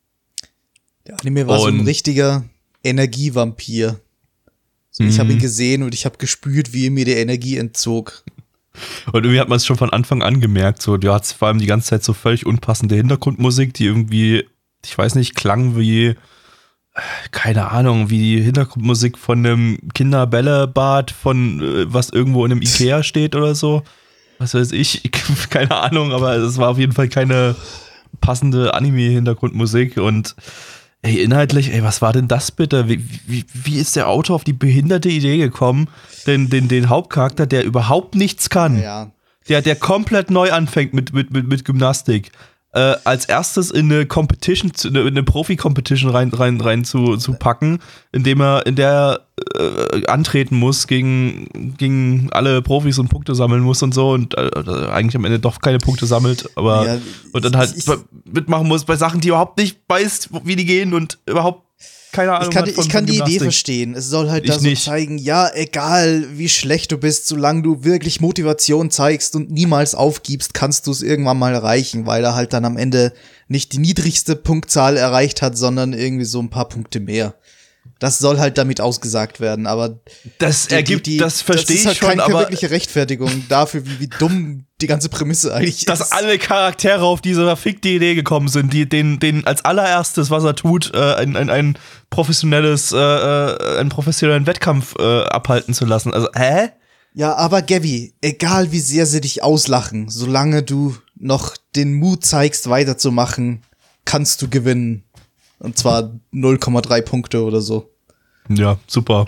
Der Anime war Und so ein richtiger Energievampir. So, ich habe ihn gesehen und ich habe gespürt, wie er mir die Energie entzog. Und irgendwie hat man es schon von Anfang an gemerkt, so, du hattest vor allem die ganze Zeit so völlig unpassende Hintergrundmusik, die irgendwie, ich weiß nicht, klang wie, keine Ahnung, wie die Hintergrundmusik von einem Kinderbällebad, von äh, was irgendwo in einem Ikea steht oder so. Was weiß ich, keine Ahnung, aber es war auf jeden Fall keine passende Anime-Hintergrundmusik und ey, inhaltlich, ey, was war denn das bitte? Wie, wie, wie ist der Autor auf die behinderte Idee gekommen, den, den, den Hauptcharakter, der überhaupt nichts kann, Ja. der, der komplett neu anfängt mit, mit, mit, mit Gymnastik, äh, als erstes in eine Competition, in eine, eine Profi-Competition rein, rein, rein zu, zu packen, indem er in der äh, antreten muss gegen, gegen alle Profis und Punkte sammeln muss und so und äh, eigentlich am Ende doch keine Punkte sammelt, aber Ja, und dann halt ich- mitmachen muss bei Sachen, die überhaupt nicht weiß, wie die gehen und überhaupt keine Ahnung Ich kann, hat die- von, ich kann von die Idee Gymnastik. verstehen. Es soll halt Ich da so nicht. zeigen, ja, egal wie schlecht du bist, solange du wirklich Motivation zeigst und niemals aufgibst, kannst du es irgendwann mal erreichen, weil er halt dann am Ende nicht die niedrigste Punktzahl erreicht hat, sondern irgendwie so ein paar Punkte mehr. Das soll halt damit ausgesagt werden, aber Das die- ergibt, die- das verstehe ist ich halt schon, keine aber wirkliche Rechtfertigung dafür, wie, wie dumm die ganze Prämisse eigentlich dass ist. alle Charaktere auf diese verfickte Idee gekommen sind, die den, den als allererstes, was er tut, äh, ein, ein, ein professionelles, äh, äh, einen professionellen Wettkampf äh, abhalten zu lassen. Also, hä? Ja, aber Gabby, egal wie sehr sie dich auslachen, solange du noch den Mut zeigst, weiterzumachen, kannst du gewinnen. Und zwar null Komma drei Punkte oder so. Ja, super.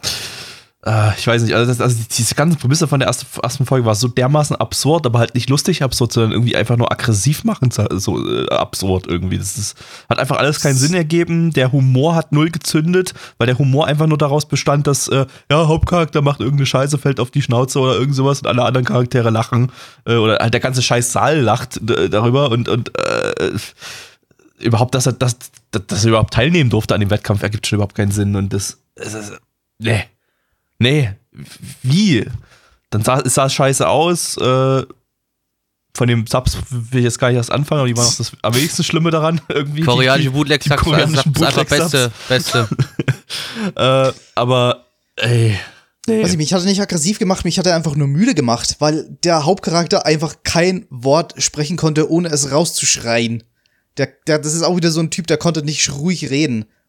Äh, ich weiß nicht, also, das, also diese ganze Prämisse von der ersten, ersten Folge war so dermaßen absurd, aber halt nicht lustig absurd, sondern irgendwie einfach nur aggressiv machen, so äh, absurd irgendwie. Das ist, hat einfach alles keinen Sinn ergeben. Der Humor hat null gezündet, weil der Humor einfach nur daraus bestand, dass äh, ja, Hauptcharakter macht irgendeine Scheiße, fällt auf die Schnauze oder irgend sowas und alle anderen Charaktere lachen. Äh, oder halt der ganze scheiß Saal lacht äh, darüber und, und äh, überhaupt, dass er, dass, dass er überhaupt teilnehmen durfte an dem Wettkampf, ergibt schon überhaupt keinen Sinn. Und das, das ist, nee. Nee, wie? Dann sah, es sah scheiße aus. Äh, von dem Subs will ich jetzt gar nicht erst anfangen, aber die waren auch das am wenigsten Schlimme daran. Irgendwie. Koreanische Die- Bootleg die sagst du, also koreanischen das ist einfach Bootleg-Subs. beste, beste. äh, aber, ey. Nee. Weiß ich, mich hatte nicht aggressiv gemacht, mich hat er einfach nur müde gemacht, weil der Hauptcharakter einfach kein Wort sprechen konnte, ohne es rauszuschreien. Der, der, das ist auch wieder so ein Typ, der konnte nicht ruhig reden.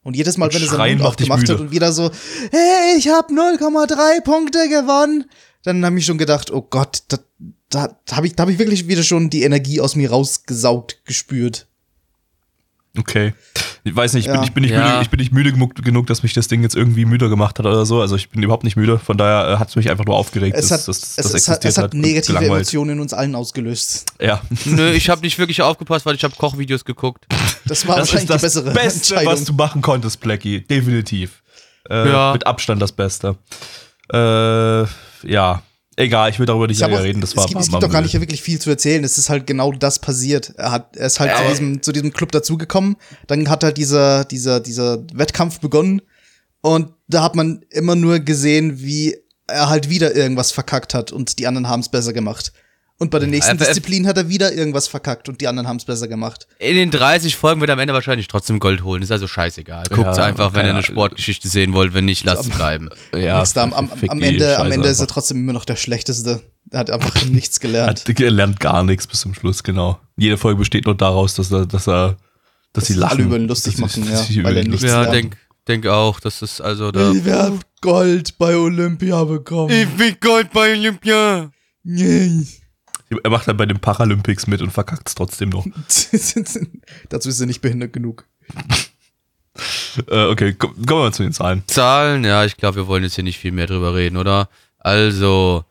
Und jedes Mal, Und wenn er seinen Schreien Mund macht dich aufgemacht hat müde. und wieder so, hey, ich habe null Komma drei Punkte gewonnen, dann habe ich schon gedacht, oh Gott, da, da, da habe ich, da hab ich wirklich wieder schon die Energie aus mir rausgesaugt gespürt. Okay. Ich weiß nicht, ich, Ja. bin, ich, bin nicht Ja. müde, ich bin nicht müde genug, genug, dass mich das Ding jetzt irgendwie müde gemacht hat oder so. Also ich bin überhaupt nicht müde. Von daher hat es mich einfach nur aufgeregt, Es dass hat, das, es, das es, hat, es hat und negative gelangweilt. Emotionen in uns allen ausgelöst. Ja. Nö, ich habe nicht wirklich aufgepasst, weil ich habe Kochvideos geguckt. Das war Das wahrscheinlich ist das die bessere Beste, Entscheidung. was du machen konntest, Blackie. Definitiv. Äh, Ja. Mit Abstand das Beste. Äh, ja. Egal, ich will darüber nicht Ich hab länger auch, reden. Das es war gibt, es war gibt doch gar Müll. nicht wirklich viel zu erzählen. Es ist halt genau das passiert. Er hat, er ist halt zu, diesem, zu diesem Club dazugekommen. Dann hat halt dieser, dieser, dieser Wettkampf begonnen. Und da hat man immer nur gesehen, wie er halt wieder irgendwas verkackt hat und die anderen haben es besser gemacht. Und bei der nächsten er- Disziplin hat er wieder irgendwas verkackt und die anderen haben es besser gemacht. In den dreißig Folgen wird er am Ende wahrscheinlich trotzdem Gold holen. Ist also scheißegal. Guckt's Ja, einfach, wenn keine ihr eine Ahnung. Sportgeschichte sehen wollt. Wenn nicht, lasst es bleiben. Ja, Nix da. Am, am, fick am, die Ende, am Scheiße Ende ist er einfach. trotzdem immer noch der Schlechteste. Er hat einfach nichts gelernt. Er lernt gar nichts bis zum Schluss, genau. Jede Folge besteht nur daraus, dass er, dass er, dass sie sich lachen. alle über ihn lustig Dass sie- machen, dass ja, sie über weil ihn er lustig- nichts Ja, lernt. denk, denk auch, dass es also da. Wer hat Gold bei Olympia bekommen? will Gold bei Olympia. Nee. Er macht dann bei den Paralympics mit und verkackt es trotzdem noch. Dazu ist er nicht behindert genug. äh, okay, komm- kommen wir mal zu den Zahlen. Zahlen, ja, ich glaube, wir wollen jetzt hier nicht viel mehr drüber reden, oder? Also,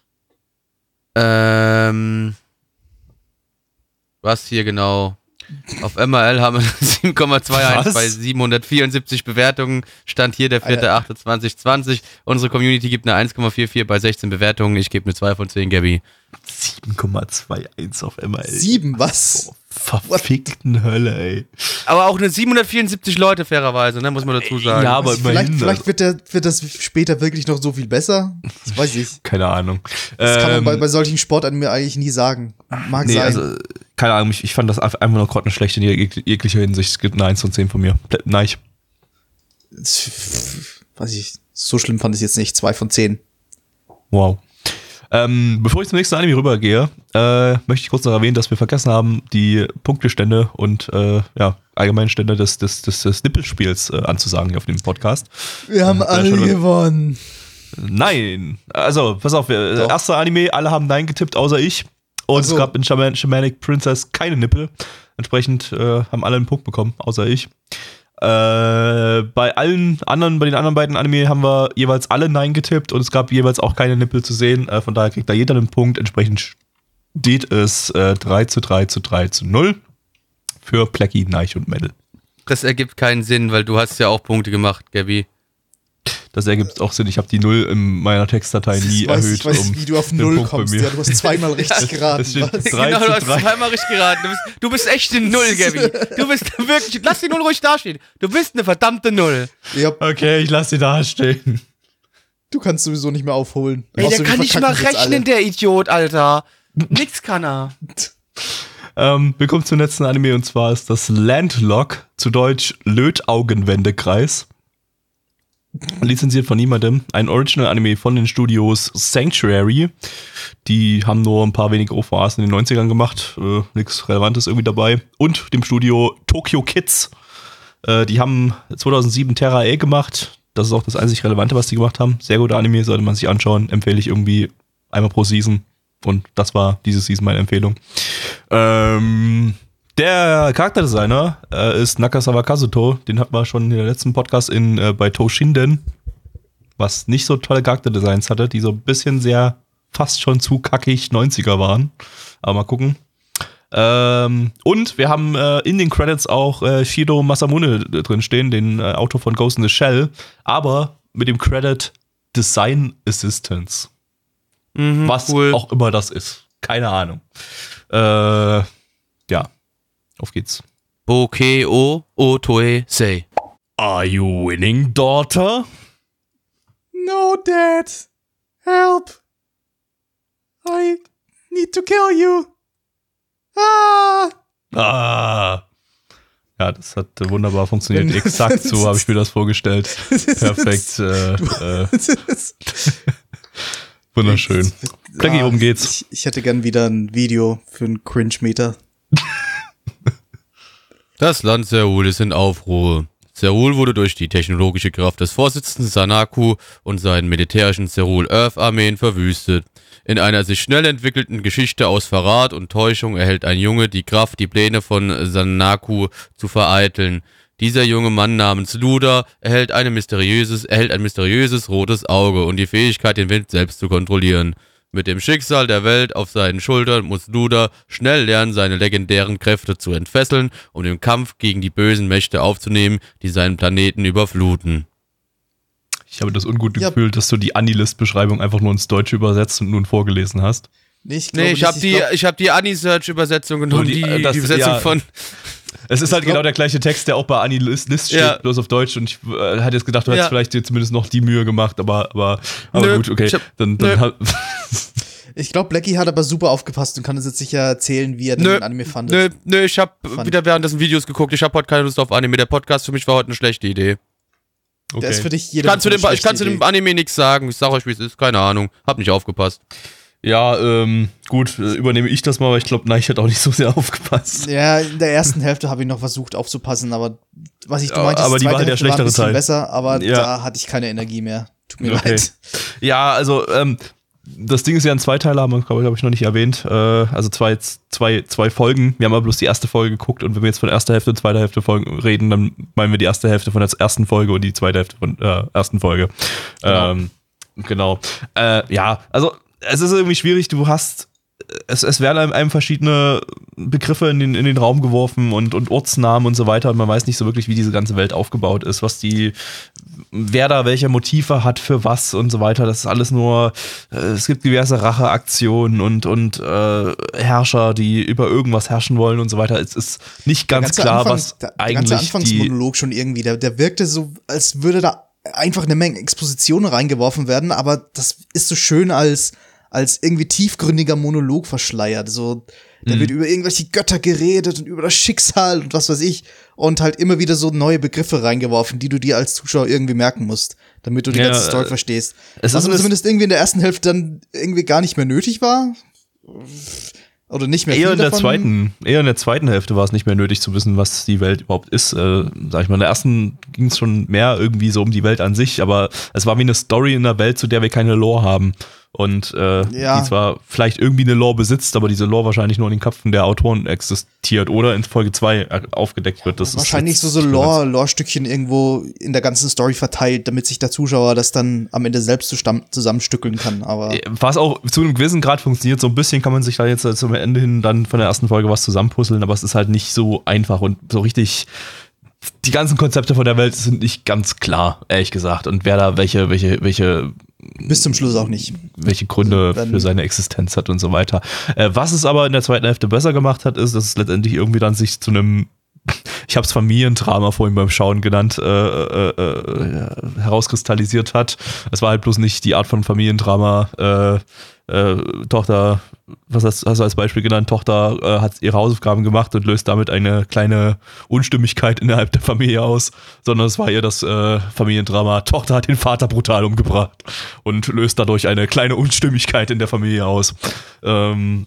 ähm, was hier genau? Auf M R L haben wir sieben Komma einundzwanzig Was? bei siebenhundertvierundsiebzig Bewertungen. Stand hier der vierte achte zweitausendzwanzig. Unsere Community gibt eine eins Komma vierundvierzig bei sechzehn Bewertungen. Ich gebe eine zwei von zehn, Gabi. sieben Komma einundzwanzig auf M R L. Sieben, was? Verfickten Hölle, ey. Aber auch eine siebenhundertvierundsiebzig Leute, fairerweise, ne, muss man dazu sagen. Ja, aber Also vielleicht immerhin. vielleicht wird, der, wird das später wirklich noch so viel besser. Das weiß ich. Keine Ahnung. Das kann man Ähm, bei, bei solchen Sportarten mir eigentlich nie sagen. Mag nee, sein. also, keine Ahnung, ich, ich fand das einfach nur grottenschlecht in jeg jeglicher Hinsicht. Es gibt eine eins von zehn von mir. Ple- Nein, ich. Weiß ich. So schlimm fand ich es jetzt nicht. Zwei von zehn. Wow. Ähm, bevor ich zum nächsten Anime rübergehe, äh, möchte ich kurz noch erwähnen, dass wir vergessen haben, die Punktestände und äh, ja, allgemeinen Stände des, des, des, des Nippelspiels äh, anzusagen hier auf dem Podcast. Wir haben Ja, alle schon- gewonnen. Nein! Also, pass auf, wir, Doch. erster Anime, alle haben Nein getippt, außer ich. Und Ach so. es gab in Shaman Shamanic Princess keine Nippel. Entsprechend äh, haben alle einen Punkt bekommen, außer ich. Äh, bei allen anderen, bei den anderen beiden Anime haben wir jeweils alle Nein getippt und es gab jeweils auch keine Nippel zu sehen. Äh, von daher kriegt da jeder einen Punkt. Entsprechend steht es äh, drei zu drei zu drei zu null für Plecky, Neich und Mendel. Das ergibt keinen Sinn, weil du hast ja auch Punkte gemacht, Gabi. Das ergibt auch Sinn. Ich habe die Null in meiner Textdatei nie ich weiß, erhöht. ich weiß um wie du auf einen Null Punkt bei kommst. mir. Ja, du hast zweimal richtig geraten. es steht Was? drei genau, zu du hast drei. zweimal richtig geraten. Du bist, du bist echt eine Null, Gabi. Du bist wirklich, lass die Null ruhig dastehen. Du bist eine verdammte Null. Ja, Okay, ich lasse sie da stehen. du kannst sowieso nicht mehr aufholen. Ey, der Außer wir kann nicht mal verkacken jetzt rechnen, der Idiot, Alter. Nix kann er. Ähm, wir kommen zum letzten Anime und zwar ist das Landlock, zu Deutsch Lötaugenwendekreis. Lizenziert von niemandem. Ein Original-Anime von den Studios Sanctuary. Die haben nur ein paar wenige O V As in den neunzigern gemacht. Äh, nichts Relevantes irgendwie dabei. Und dem Studio Tokyo Kids. Äh, die haben zweitausendsieben Terra A gemacht. Das ist auch das einzig Relevante, was die gemacht haben. Sehr guter Anime, sollte man sich anschauen. Empfehle ich irgendwie einmal pro Season. Und das war diese Season meine Empfehlung. Ähm, der Charakterdesigner äh, ist Nakasawa Kazuto. Den hatten wir schon in der letzten Podcast in, äh, bei Toshinden. Was nicht so tolle Charakterdesigns hatte, die so ein bisschen sehr fast schon zu kackig neunziger waren. Aber mal gucken. Ähm, und wir haben äh, in den Credits auch äh, Shiro Masamune drin stehen, den äh, Autor von Ghost in the Shell. Aber mit dem Credit Design Assistance. Mhm, Was cool. auch immer das ist. Keine Ahnung. Äh, ja. Auf geht's. Bokeo Otoe Sei. Are you winning, daughter? No, Dad. Help. I need to kill you. Ah. Ah. Ja, das hat äh, wunderbar funktioniert. Wenn- Exakt so habe ich mir das vorgestellt. Perfekt. Äh, äh, wunderschön. Blackie, worum geht's? Ich, ich hätte gern wieder ein Video für einen Cringe-Meter. Das Land Seoul ist in Aufruhr. Serul wurde durch die technologische Kraft des Vorsitzenden Sanaku und seinen militärischen Serul-Earth-Armeen verwüstet. In einer sich schnell entwickelnden Geschichte aus Verrat und Täuschung erhält ein Junge die Kraft, die Pläne von Sanaku zu vereiteln. Dieser junge Mann namens Luda erhält, eine mysteriöses, erhält ein mysteriöses rotes Auge und die Fähigkeit, den Wind selbst zu kontrollieren. Mit dem Schicksal der Welt auf seinen Schultern muss Luda schnell lernen, seine legendären Kräfte zu entfesseln, um den Kampf gegen die bösen Mächte aufzunehmen, die seinen Planeten überfluten. Ich habe das ungute Ja. Gefühl, dass du die Anilist-Beschreibung einfach nur ins Deutsche übersetzt und nun vorgelesen hast. Nee, ich, glaube Nee, ich nicht, habe die, glaub, ich hab die Anisearch-Übersetzung genommen, Oh, die- die, äh, das- die Übersetzung ja. von... Es ist halt glaub- genau der gleiche Text, der auch bei Anilist List steht, Ja. bloß auf Deutsch. Und ich äh, hatte jetzt gedacht, du Ja. hättest vielleicht dir zumindest noch die Mühe gemacht, aber, aber, aber Nö, gut, okay. ich hab- dann dann nö. halt, ich glaube, Blackie hat aber super aufgepasst und kann uns jetzt sicher erzählen, wie er Nö, den Anime fand. Nö, nö, ich habe Fand. wieder währenddessen Videos geguckt. Ich habe heute keine Lust auf Anime. Der Podcast für mich war heute eine schlechte Idee. Der ist für okay. dich jede Ich kann, zu Woche dem, eine ich kann zu schlechte dem Anime nichts sagen. Ich sag euch, wie es ist. Keine Ahnung. Hab nicht aufgepasst. Ja, ähm, gut, äh, übernehme ich das mal, aber ich glaube, Neich hat auch nicht so sehr aufgepasst. Idee. Ja, in der ersten Hälfte habe ich noch versucht aufzupassen, aber was ich du Ja, meintest, aber die zweite war halt der Hälfte war ein schlechtere bisschen Teil. besser, aber Ja. da hatte ich keine Energie mehr. Tut mir Okay. leid. Ja, also, ähm, das Ding ist ja ein Zweiteiler, haben wir, glaube glaub ich, noch nicht erwähnt. Äh, also zwei, zwei, zwei Folgen. Wir haben aber bloß die erste Folge geguckt und wenn wir jetzt von erster Hälfte und zweiter Hälfte Folgen reden, dann meinen wir die erste Hälfte von der ersten Folge und die zweite Hälfte von der äh, ersten Folge. Genau. Ähm, genau. Äh, ja, also es ist irgendwie schwierig, du hast Es, es werden einem, einem verschiedene Begriffe in den, in den Raum geworfen und, und Ortsnamen und so weiter und man weiß nicht so wirklich, wie diese ganze Welt aufgebaut ist, was die, wer da welche Motive hat für was und so weiter. Das ist alles nur, äh, es gibt diverse Racheaktionen und, und äh, Herrscher, die über irgendwas herrschen wollen und so weiter. Es ist nicht ganz ganze klar, Anfang- was der, der eigentlich ganze die... Anfangsmonolog schon irgendwie, der, der wirkte so, als würde da einfach eine Menge Exposition reingeworfen werden, aber das ist so schön als als irgendwie tiefgründiger Monolog verschleiert. So, da Mhm. wird über irgendwelche Götter geredet und über das Schicksal und was weiß ich und halt immer wieder so neue Begriffe reingeworfen, die du dir als Zuschauer irgendwie merken musst, damit du die Ja, ganze Story äh, verstehst. es Was ist- aber zumindest irgendwie in der ersten Hälfte dann irgendwie gar nicht mehr nötig war. Oder nicht mehr Eher viel in der davon. zweiten, eher in der zweiten Hälfte war es nicht mehr nötig zu wissen, was die Welt überhaupt ist. Äh, sag ich mal, in der ersten ging es schon mehr irgendwie so um die Welt an sich, aber es war wie eine Story in der Welt, zu der wir keine Lore haben. Und äh, Ja. die zwar vielleicht irgendwie eine Lore besitzt, aber diese Lore wahrscheinlich nur in den Köpfen der Autoren existiert oder in Folge zwei aufgedeckt wird. Das Wahrscheinlich ist so so Lore, Lore-Stückchen irgendwo in der ganzen Story verteilt, damit sich der Zuschauer das dann am Ende selbst zustamm- zusammenstückeln kann. Aber Was auch zu einem gewissen Grad funktioniert, so ein bisschen kann man sich da jetzt zum Ende hin dann von der ersten Folge was zusammenpuzzeln, aber es ist halt nicht so einfach und so richtig. Die ganzen Konzepte von der Welt sind nicht ganz klar, ehrlich gesagt. Und wer da welche, welche, welche, bis zum Schluss auch nicht. welche Gründe Dann- für seine Existenz hat und so weiter. Äh, was es aber in der zweiten Hälfte besser gemacht hat, ist, dass es letztendlich irgendwie dann sich zu einem, ich habe es Familiendrama vorhin beim Schauen genannt, äh, äh, äh, herauskristallisiert hat. Es war halt bloß nicht die Art von Familiendrama, äh, äh, Tochter, was hast, hast du als Beispiel genannt, Tochter äh, hat ihre Hausaufgaben gemacht und löst damit eine kleine Unstimmigkeit innerhalb der Familie aus, sondern es war eher das äh, Familiendrama, Tochter hat den Vater brutal umgebracht und löst dadurch eine kleine Unstimmigkeit in der Familie aus. Ähm,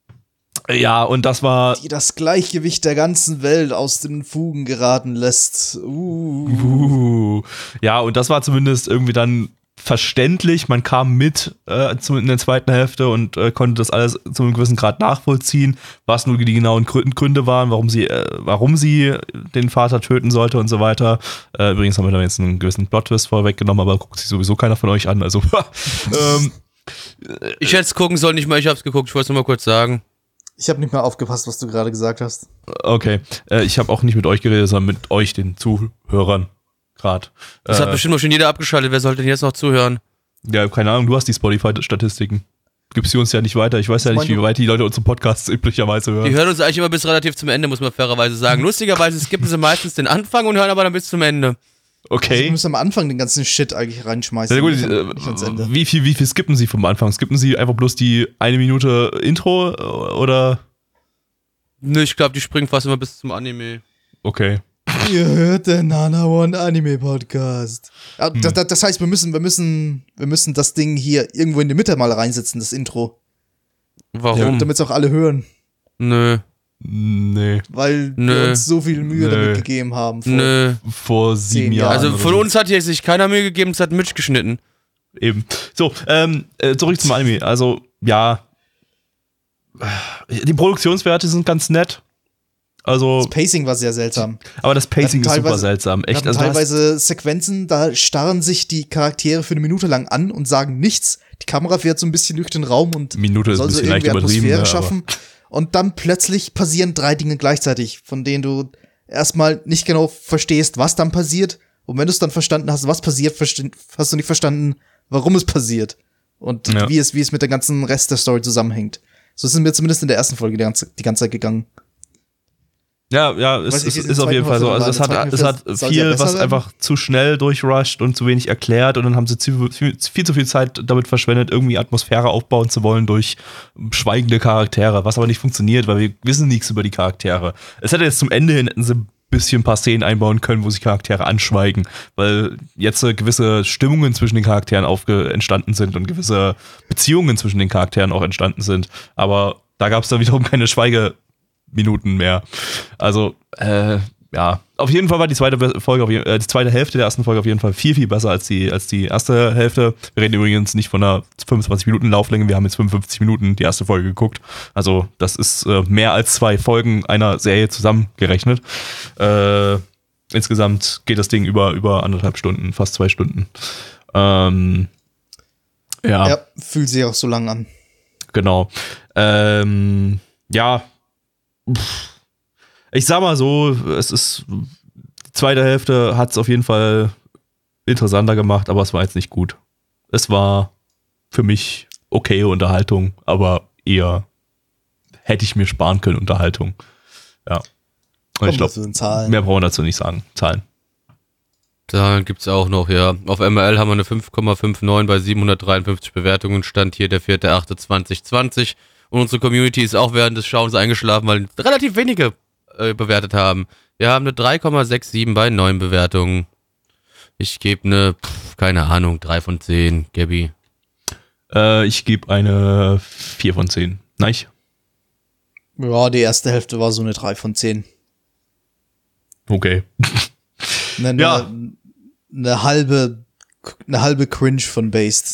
ja, und das war Die das Gleichgewicht der ganzen Welt aus den Fugen geraten lässt. Uh. Uh, ja, und das war zumindest irgendwie dann verständlich. Man kam mit äh, zu, in der zweiten Hälfte und äh, konnte das alles zu einem gewissen Grad nachvollziehen, was nun die genauen Gründe, Gründe waren, warum sie, äh, warum sie den Vater töten sollte und so weiter. Äh, übrigens haben wir da jetzt einen gewissen Plot-Twist vorweggenommen, aber guckt sich sowieso keiner von euch an. Also, ähm, Ich hätte es gucken sollen, nicht mal, ich hab's geguckt. Ich wollte es nur mal kurz sagen. Ich habe nicht mehr aufgepasst, was du gerade gesagt hast. okay. Äh, ich habe auch nicht mit euch geredet, sondern mit euch, den Zuhörern. Gerade. Das äh, hat bestimmt auch schon jeder abgeschaltet. Wer sollte denn jetzt noch zuhören? Ja, keine Ahnung, du hast die Spotify-Statistiken. Gibst du uns ja nicht weiter. Ich weiß ja nicht, wie weit die Leute unsere Podcasts üblicherweise hören. Die hören uns eigentlich immer bis relativ zum Ende, muss man fairerweise sagen. Lustigerweise skippen sie meistens den Anfang und hören aber dann bis zum Ende. Also Okay. wir müssen am Anfang den ganzen Shit eigentlich reinschmeißen. Ja, gut, nicht, äh, an- nicht ans Ende. wie, viel, wie viel skippen sie vom Anfang? Skippen sie einfach bloß die eine Minute Intro oder? Nö, ich glaube, die springen fast immer bis zum Anime. Okay. Ihr hört den Nana One Anime Podcast. Ja, das, das, das heißt, wir müssen, wir müssen, wir müssen das Ding hier irgendwo in die Mitte mal reinsetzen, das Intro. Warum? Damit es auch alle hören. Nö. Nee. Weil Nö. wir uns so viel Mühe Nö. damit gegeben haben. Vor Nö. Vor sieben Zehn Jahren. Jahren. Also oder von so. uns hat hier sich keiner Mühe gegeben, es hat Mitch geschnitten. Eben. So, ähm, äh, zurück zum Anime. Also, ja. Die Produktionswerte sind ganz nett. Also, Das Pacing war sehr seltsam. aber das Pacing Wir ist hatten super teilweise- seltsam. Wir Echt. hatten Also, du hast- teilweise Sequenzen, da starren sich die Charaktere für eine Minute lang an und sagen nichts. Die Kamera fährt so ein bisschen durch den Raum und Minute ist ein soll so bisschen leicht irgendwie übertrieben. Atmosphäre Ne, schaffen. Und dann plötzlich passieren drei Dinge gleichzeitig, von denen du erstmal nicht genau verstehst, was dann passiert. Und wenn du es dann verstanden hast, was passiert, verste- hast du nicht verstanden, warum es passiert. Und Ja. wie es, wie es mit der ganzen Rest der Story zusammenhängt. So sind wir zumindest in der ersten Folge die ganze, die ganze Zeit gegangen. Ja, ja, es Weiß nicht, ist, wie es in ist der auf jeden zweiten Fall so. Hälfte Also es war. hat, In der es zweiten hat Hälfte soll es ja viel, besser was werden. einfach zu schnell durchrusht und zu wenig erklärt und dann haben sie zu, viel, viel zu viel Zeit damit verschwendet, irgendwie Atmosphäre aufbauen zu wollen durch schweigende Charaktere, was aber nicht funktioniert, weil wir wissen nichts über die Charaktere. Es hätte jetzt zum Ende hin hätten sie ein bisschen ein paar Szenen einbauen können, wo sich Charaktere anschweigen, weil jetzt äh, gewisse Stimmungen zwischen den Charakteren aufge entstanden sind und gewisse Beziehungen zwischen den Charakteren auch entstanden sind. Aber da gab es dann wiederum keine Schweigeminuten mehr. Also, äh, ja. Auf jeden Fall war die zweite Folge, auf je- äh, die zweite Hälfte der ersten Folge auf jeden Fall viel, viel besser als die, als die erste Hälfte. Wir reden übrigens nicht von einer fünfundzwanzig Minuten Lauflänge, wir haben jetzt fünfundfünfzig Minuten die erste Folge geguckt. Also, das ist äh, mehr als zwei Folgen einer Serie zusammengerechnet. Äh, insgesamt geht das Ding über, über anderthalb Stunden, fast zwei Stunden. Ähm, ja. Ja, fühlt sich auch so lang an. Genau. Ähm, ja. Pff. Ich sag mal so, es ist, die zweite Hälfte hat es auf jeden Fall interessanter gemacht, aber es war jetzt nicht gut. Es war für mich okay Unterhaltung, aber eher hätte ich mir sparen können Unterhaltung. Ja. Und Komm, ich das glaube, sind Zahlen. mehr brauchen wir dazu nicht sagen. Zahlen. Zahlen gibt's auch noch, ja. Auf M L haben wir eine fünf Komma neunundfünfzig bei siebenhundertdreiundfünfzig Bewertungen. Stand hier der vierte achte zweitausendzwanzig. Und unsere Community ist auch während des Schauens eingeschlafen, weil relativ wenige äh, bewertet haben. Wir haben eine drei Komma siebenundsechzig bei neun Bewertungen. Ich gebe eine, pff, keine Ahnung, drei von zehn, Gabby. Äh, ich gebe eine vier von zehn. Nein? Ja, die erste Hälfte war so eine drei von zehn. Okay. Eine, Ja. eine, eine halbe, eine halbe Cringe von Based.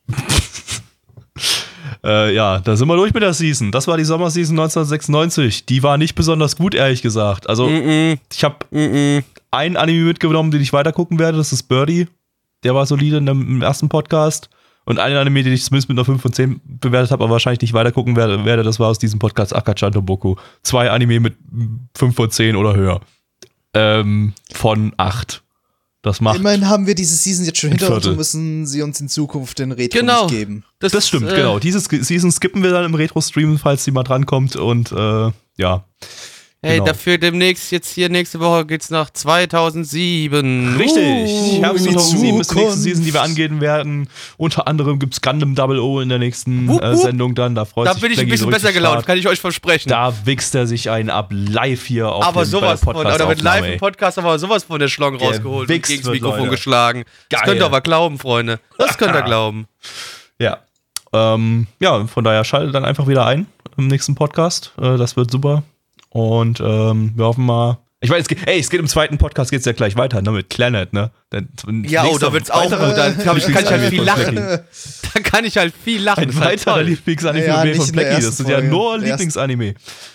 Äh, ja, da sind wir durch mit der Season. Das war die Sommerseason neunzehnhundertsechsundneunzig. Die war nicht besonders gut, ehrlich gesagt. Also, Mm-mm, ich habe mm-mm. einen Anime mitgenommen, den ich weiter gucken werde. Das ist Birdie. Der war solide in dem, im ersten Podcast. Und einen Anime, den ich zumindest mit einer fünf von zehn bewertet habe, aber wahrscheinlich nicht weiter gucken werde, werde, das war aus diesem Podcast Akachan Boku. Zwei Anime mit fünf von zehn oder höher. Ähm, von acht. Das macht. Immerhin haben wir diese Season jetzt schon ein hinter uns Viertel. und müssen sie uns in Zukunft den Retro Genau. nicht geben. Das stimmt, äh, genau. Diese Sk- Season skippen wir dann im Retro-Stream, falls die mal drankommt. Und äh, ja. Hey, Genau. dafür demnächst, jetzt hier nächste Woche geht's nach zweitausendsieben. Richtig. Uh, Herbst in die zweitausendsieben ist die nächste Zukunft. Season, die wir angehen werden. Unter anderem gibt's Gundam Double O in der nächsten Wupp, äh, wupp. Sendung dann. Da freut Da sich bin ich ein Blackie bisschen so besser richtig gelaunt, stark. kann ich euch versprechen. Da wichst er sich einen ab live hier auf aber dem, sowas bei der von, oder mit live im ey. Podcast haben wir sowas von der Schlong Der rausgeholt und wichst gegen das wird, Mikrofon Leute. geschlagen. Das Geil. könnt ihr aber glauben, Freunde. Das könnt ihr glauben. Ja. Ähm, ja, von daher schaltet dann einfach wieder ein im nächsten Podcast. Äh, das wird super. Und ähm, wir hoffen mal. Ich weiß, es geht, ey, es geht im zweiten Podcast geht's ja gleich weiter, ne, mit Planet, ne? Dann, Ja, oh, da wird's auch gut. Da kann ich, kann ich halt viel lachen. Da kann ich halt viel lachen. Ein Das ist halt weiterer toll. Lieblingsanime Ja, von nicht in der Blackie. Das ersten sind ja Folge. nur Der erste- Lieblingsanime.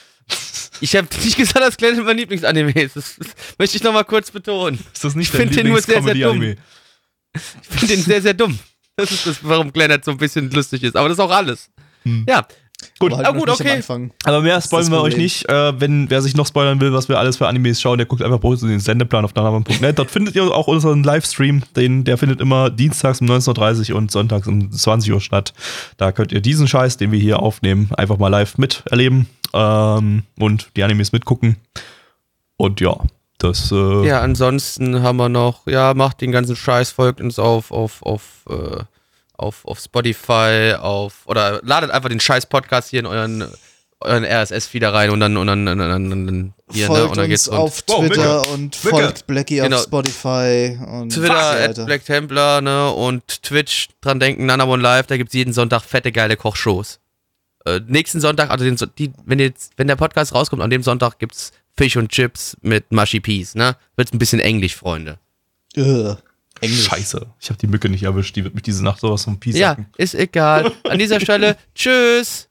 Ich habe nicht gesagt, dass Planet mein Lieblingsanime ist. Das, das möchte ich nochmal kurz betonen. Ist das nicht Ich dein find den nur sehr, sehr Lieblings-Comedy-Anime? Ich finde den sehr, sehr dumm. Das ist das, warum Planet so ein bisschen lustig ist. Aber das ist auch alles. Hm. Ja. Gut, Aber Ah, halt gut, noch nicht am okay. Anfang. aber mehr ist spoilern das wir euch Problem. nicht. Äh, wenn wer sich noch spoilern will, was wir alles für Animes schauen, der guckt einfach bei uns in den Sendeplan auf nanaman punkt net. Dort findet ihr auch unseren Livestream. Den, der findet immer dienstags um neunzehn Uhr dreißig und sonntags um zwanzig Uhr statt. Da könnt ihr diesen Scheiß, den wir hier aufnehmen, einfach mal live miterleben ähm, und die Animes mitgucken. Und ja, das. Äh, Ja, ansonsten haben wir noch, ja, macht den ganzen Scheiß, folgt uns auf, auf, auf, äh, auf, auf Spotify, auf, oder ladet einfach den scheiß Podcast hier in euren, euren R S S-Feed rein und dann, und dann, und dann, und dann hier, ne, Folgt und dann geht's uns rund. auf Wow, Twitter Mücke. und Mücke. folgt Blackie Genau. auf Spotify und Twitter, so at weiter. Black Templar, ne, und Twitch, dran denken, Nanamon Live, da gibt's jeden Sonntag fette, geile Kochshows. äh, nächsten Sonntag, also den, die, wenn, jetzt, wenn der Podcast rauskommt, an dem Sonntag gibt's Fisch und Chips mit Mushy Peas, ne? Wird's ein bisschen Englisch, Freunde. Ugh. Englisch. Scheiße, ich habe die Mücke nicht erwischt, die wird mich diese Nacht sowas vom Peas Ja, sacken. ist egal. An dieser Stelle, tschüss.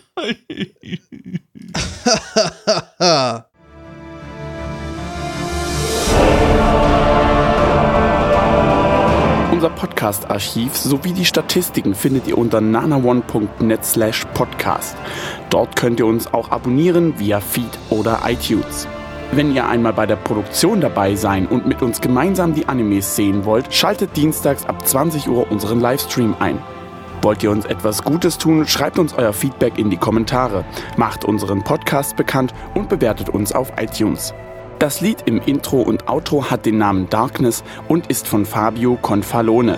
Unser Podcast-Archiv sowie die Statistiken findet ihr unter nanaone punkt net slash podcast. Dort könnt ihr uns auch abonnieren via Feed oder iTunes. Wenn ihr einmal bei der Produktion dabei sein und mit uns gemeinsam die Animes sehen wollt, schaltet dienstags ab zwanzig Uhr unseren Livestream ein. Wollt ihr uns etwas Gutes tun, schreibt uns euer Feedback in die Kommentare, macht unseren Podcast bekannt und bewertet uns auf iTunes. Das Lied im Intro und Outro hat den Namen Darkness und ist von Fabio Confalone.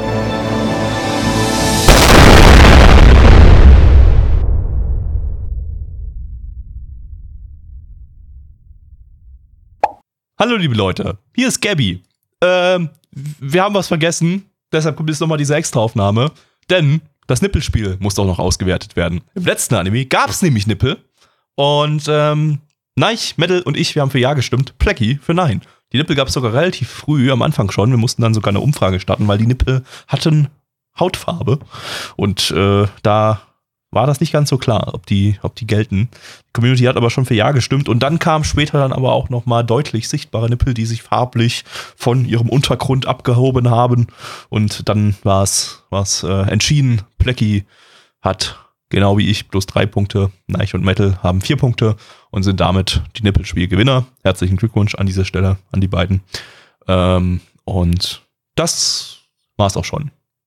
Hallo liebe Leute, hier ist Gabby. Ähm, wir haben was vergessen, deshalb kommt jetzt nochmal diese Extraaufnahme, denn das Nippelspiel muss doch noch ausgewertet werden. Im letzten Anime gab es nämlich Nippel und ähm, Neich, Metal und ich, wir haben für Ja gestimmt, Plecky für Nein. Die Nippel gab es sogar relativ früh, am Anfang schon, wir mussten dann sogar eine Umfrage starten, weil die Nippel hatten Hautfarbe und äh, da war das nicht ganz so klar, ob die, ob die gelten. Die Community hat aber schon für Ja gestimmt und dann kam später dann aber auch nochmal deutlich sichtbare Nippel, die sich farblich von ihrem Untergrund abgehoben haben und dann war es äh, entschieden, Plecky hat genau wie ich bloß drei Punkte, Neich und Metal haben vier Punkte und sind damit die Nippelspielgewinner. Herzlichen Glückwunsch an dieser Stelle an die beiden. Ähm, und das war's auch schon.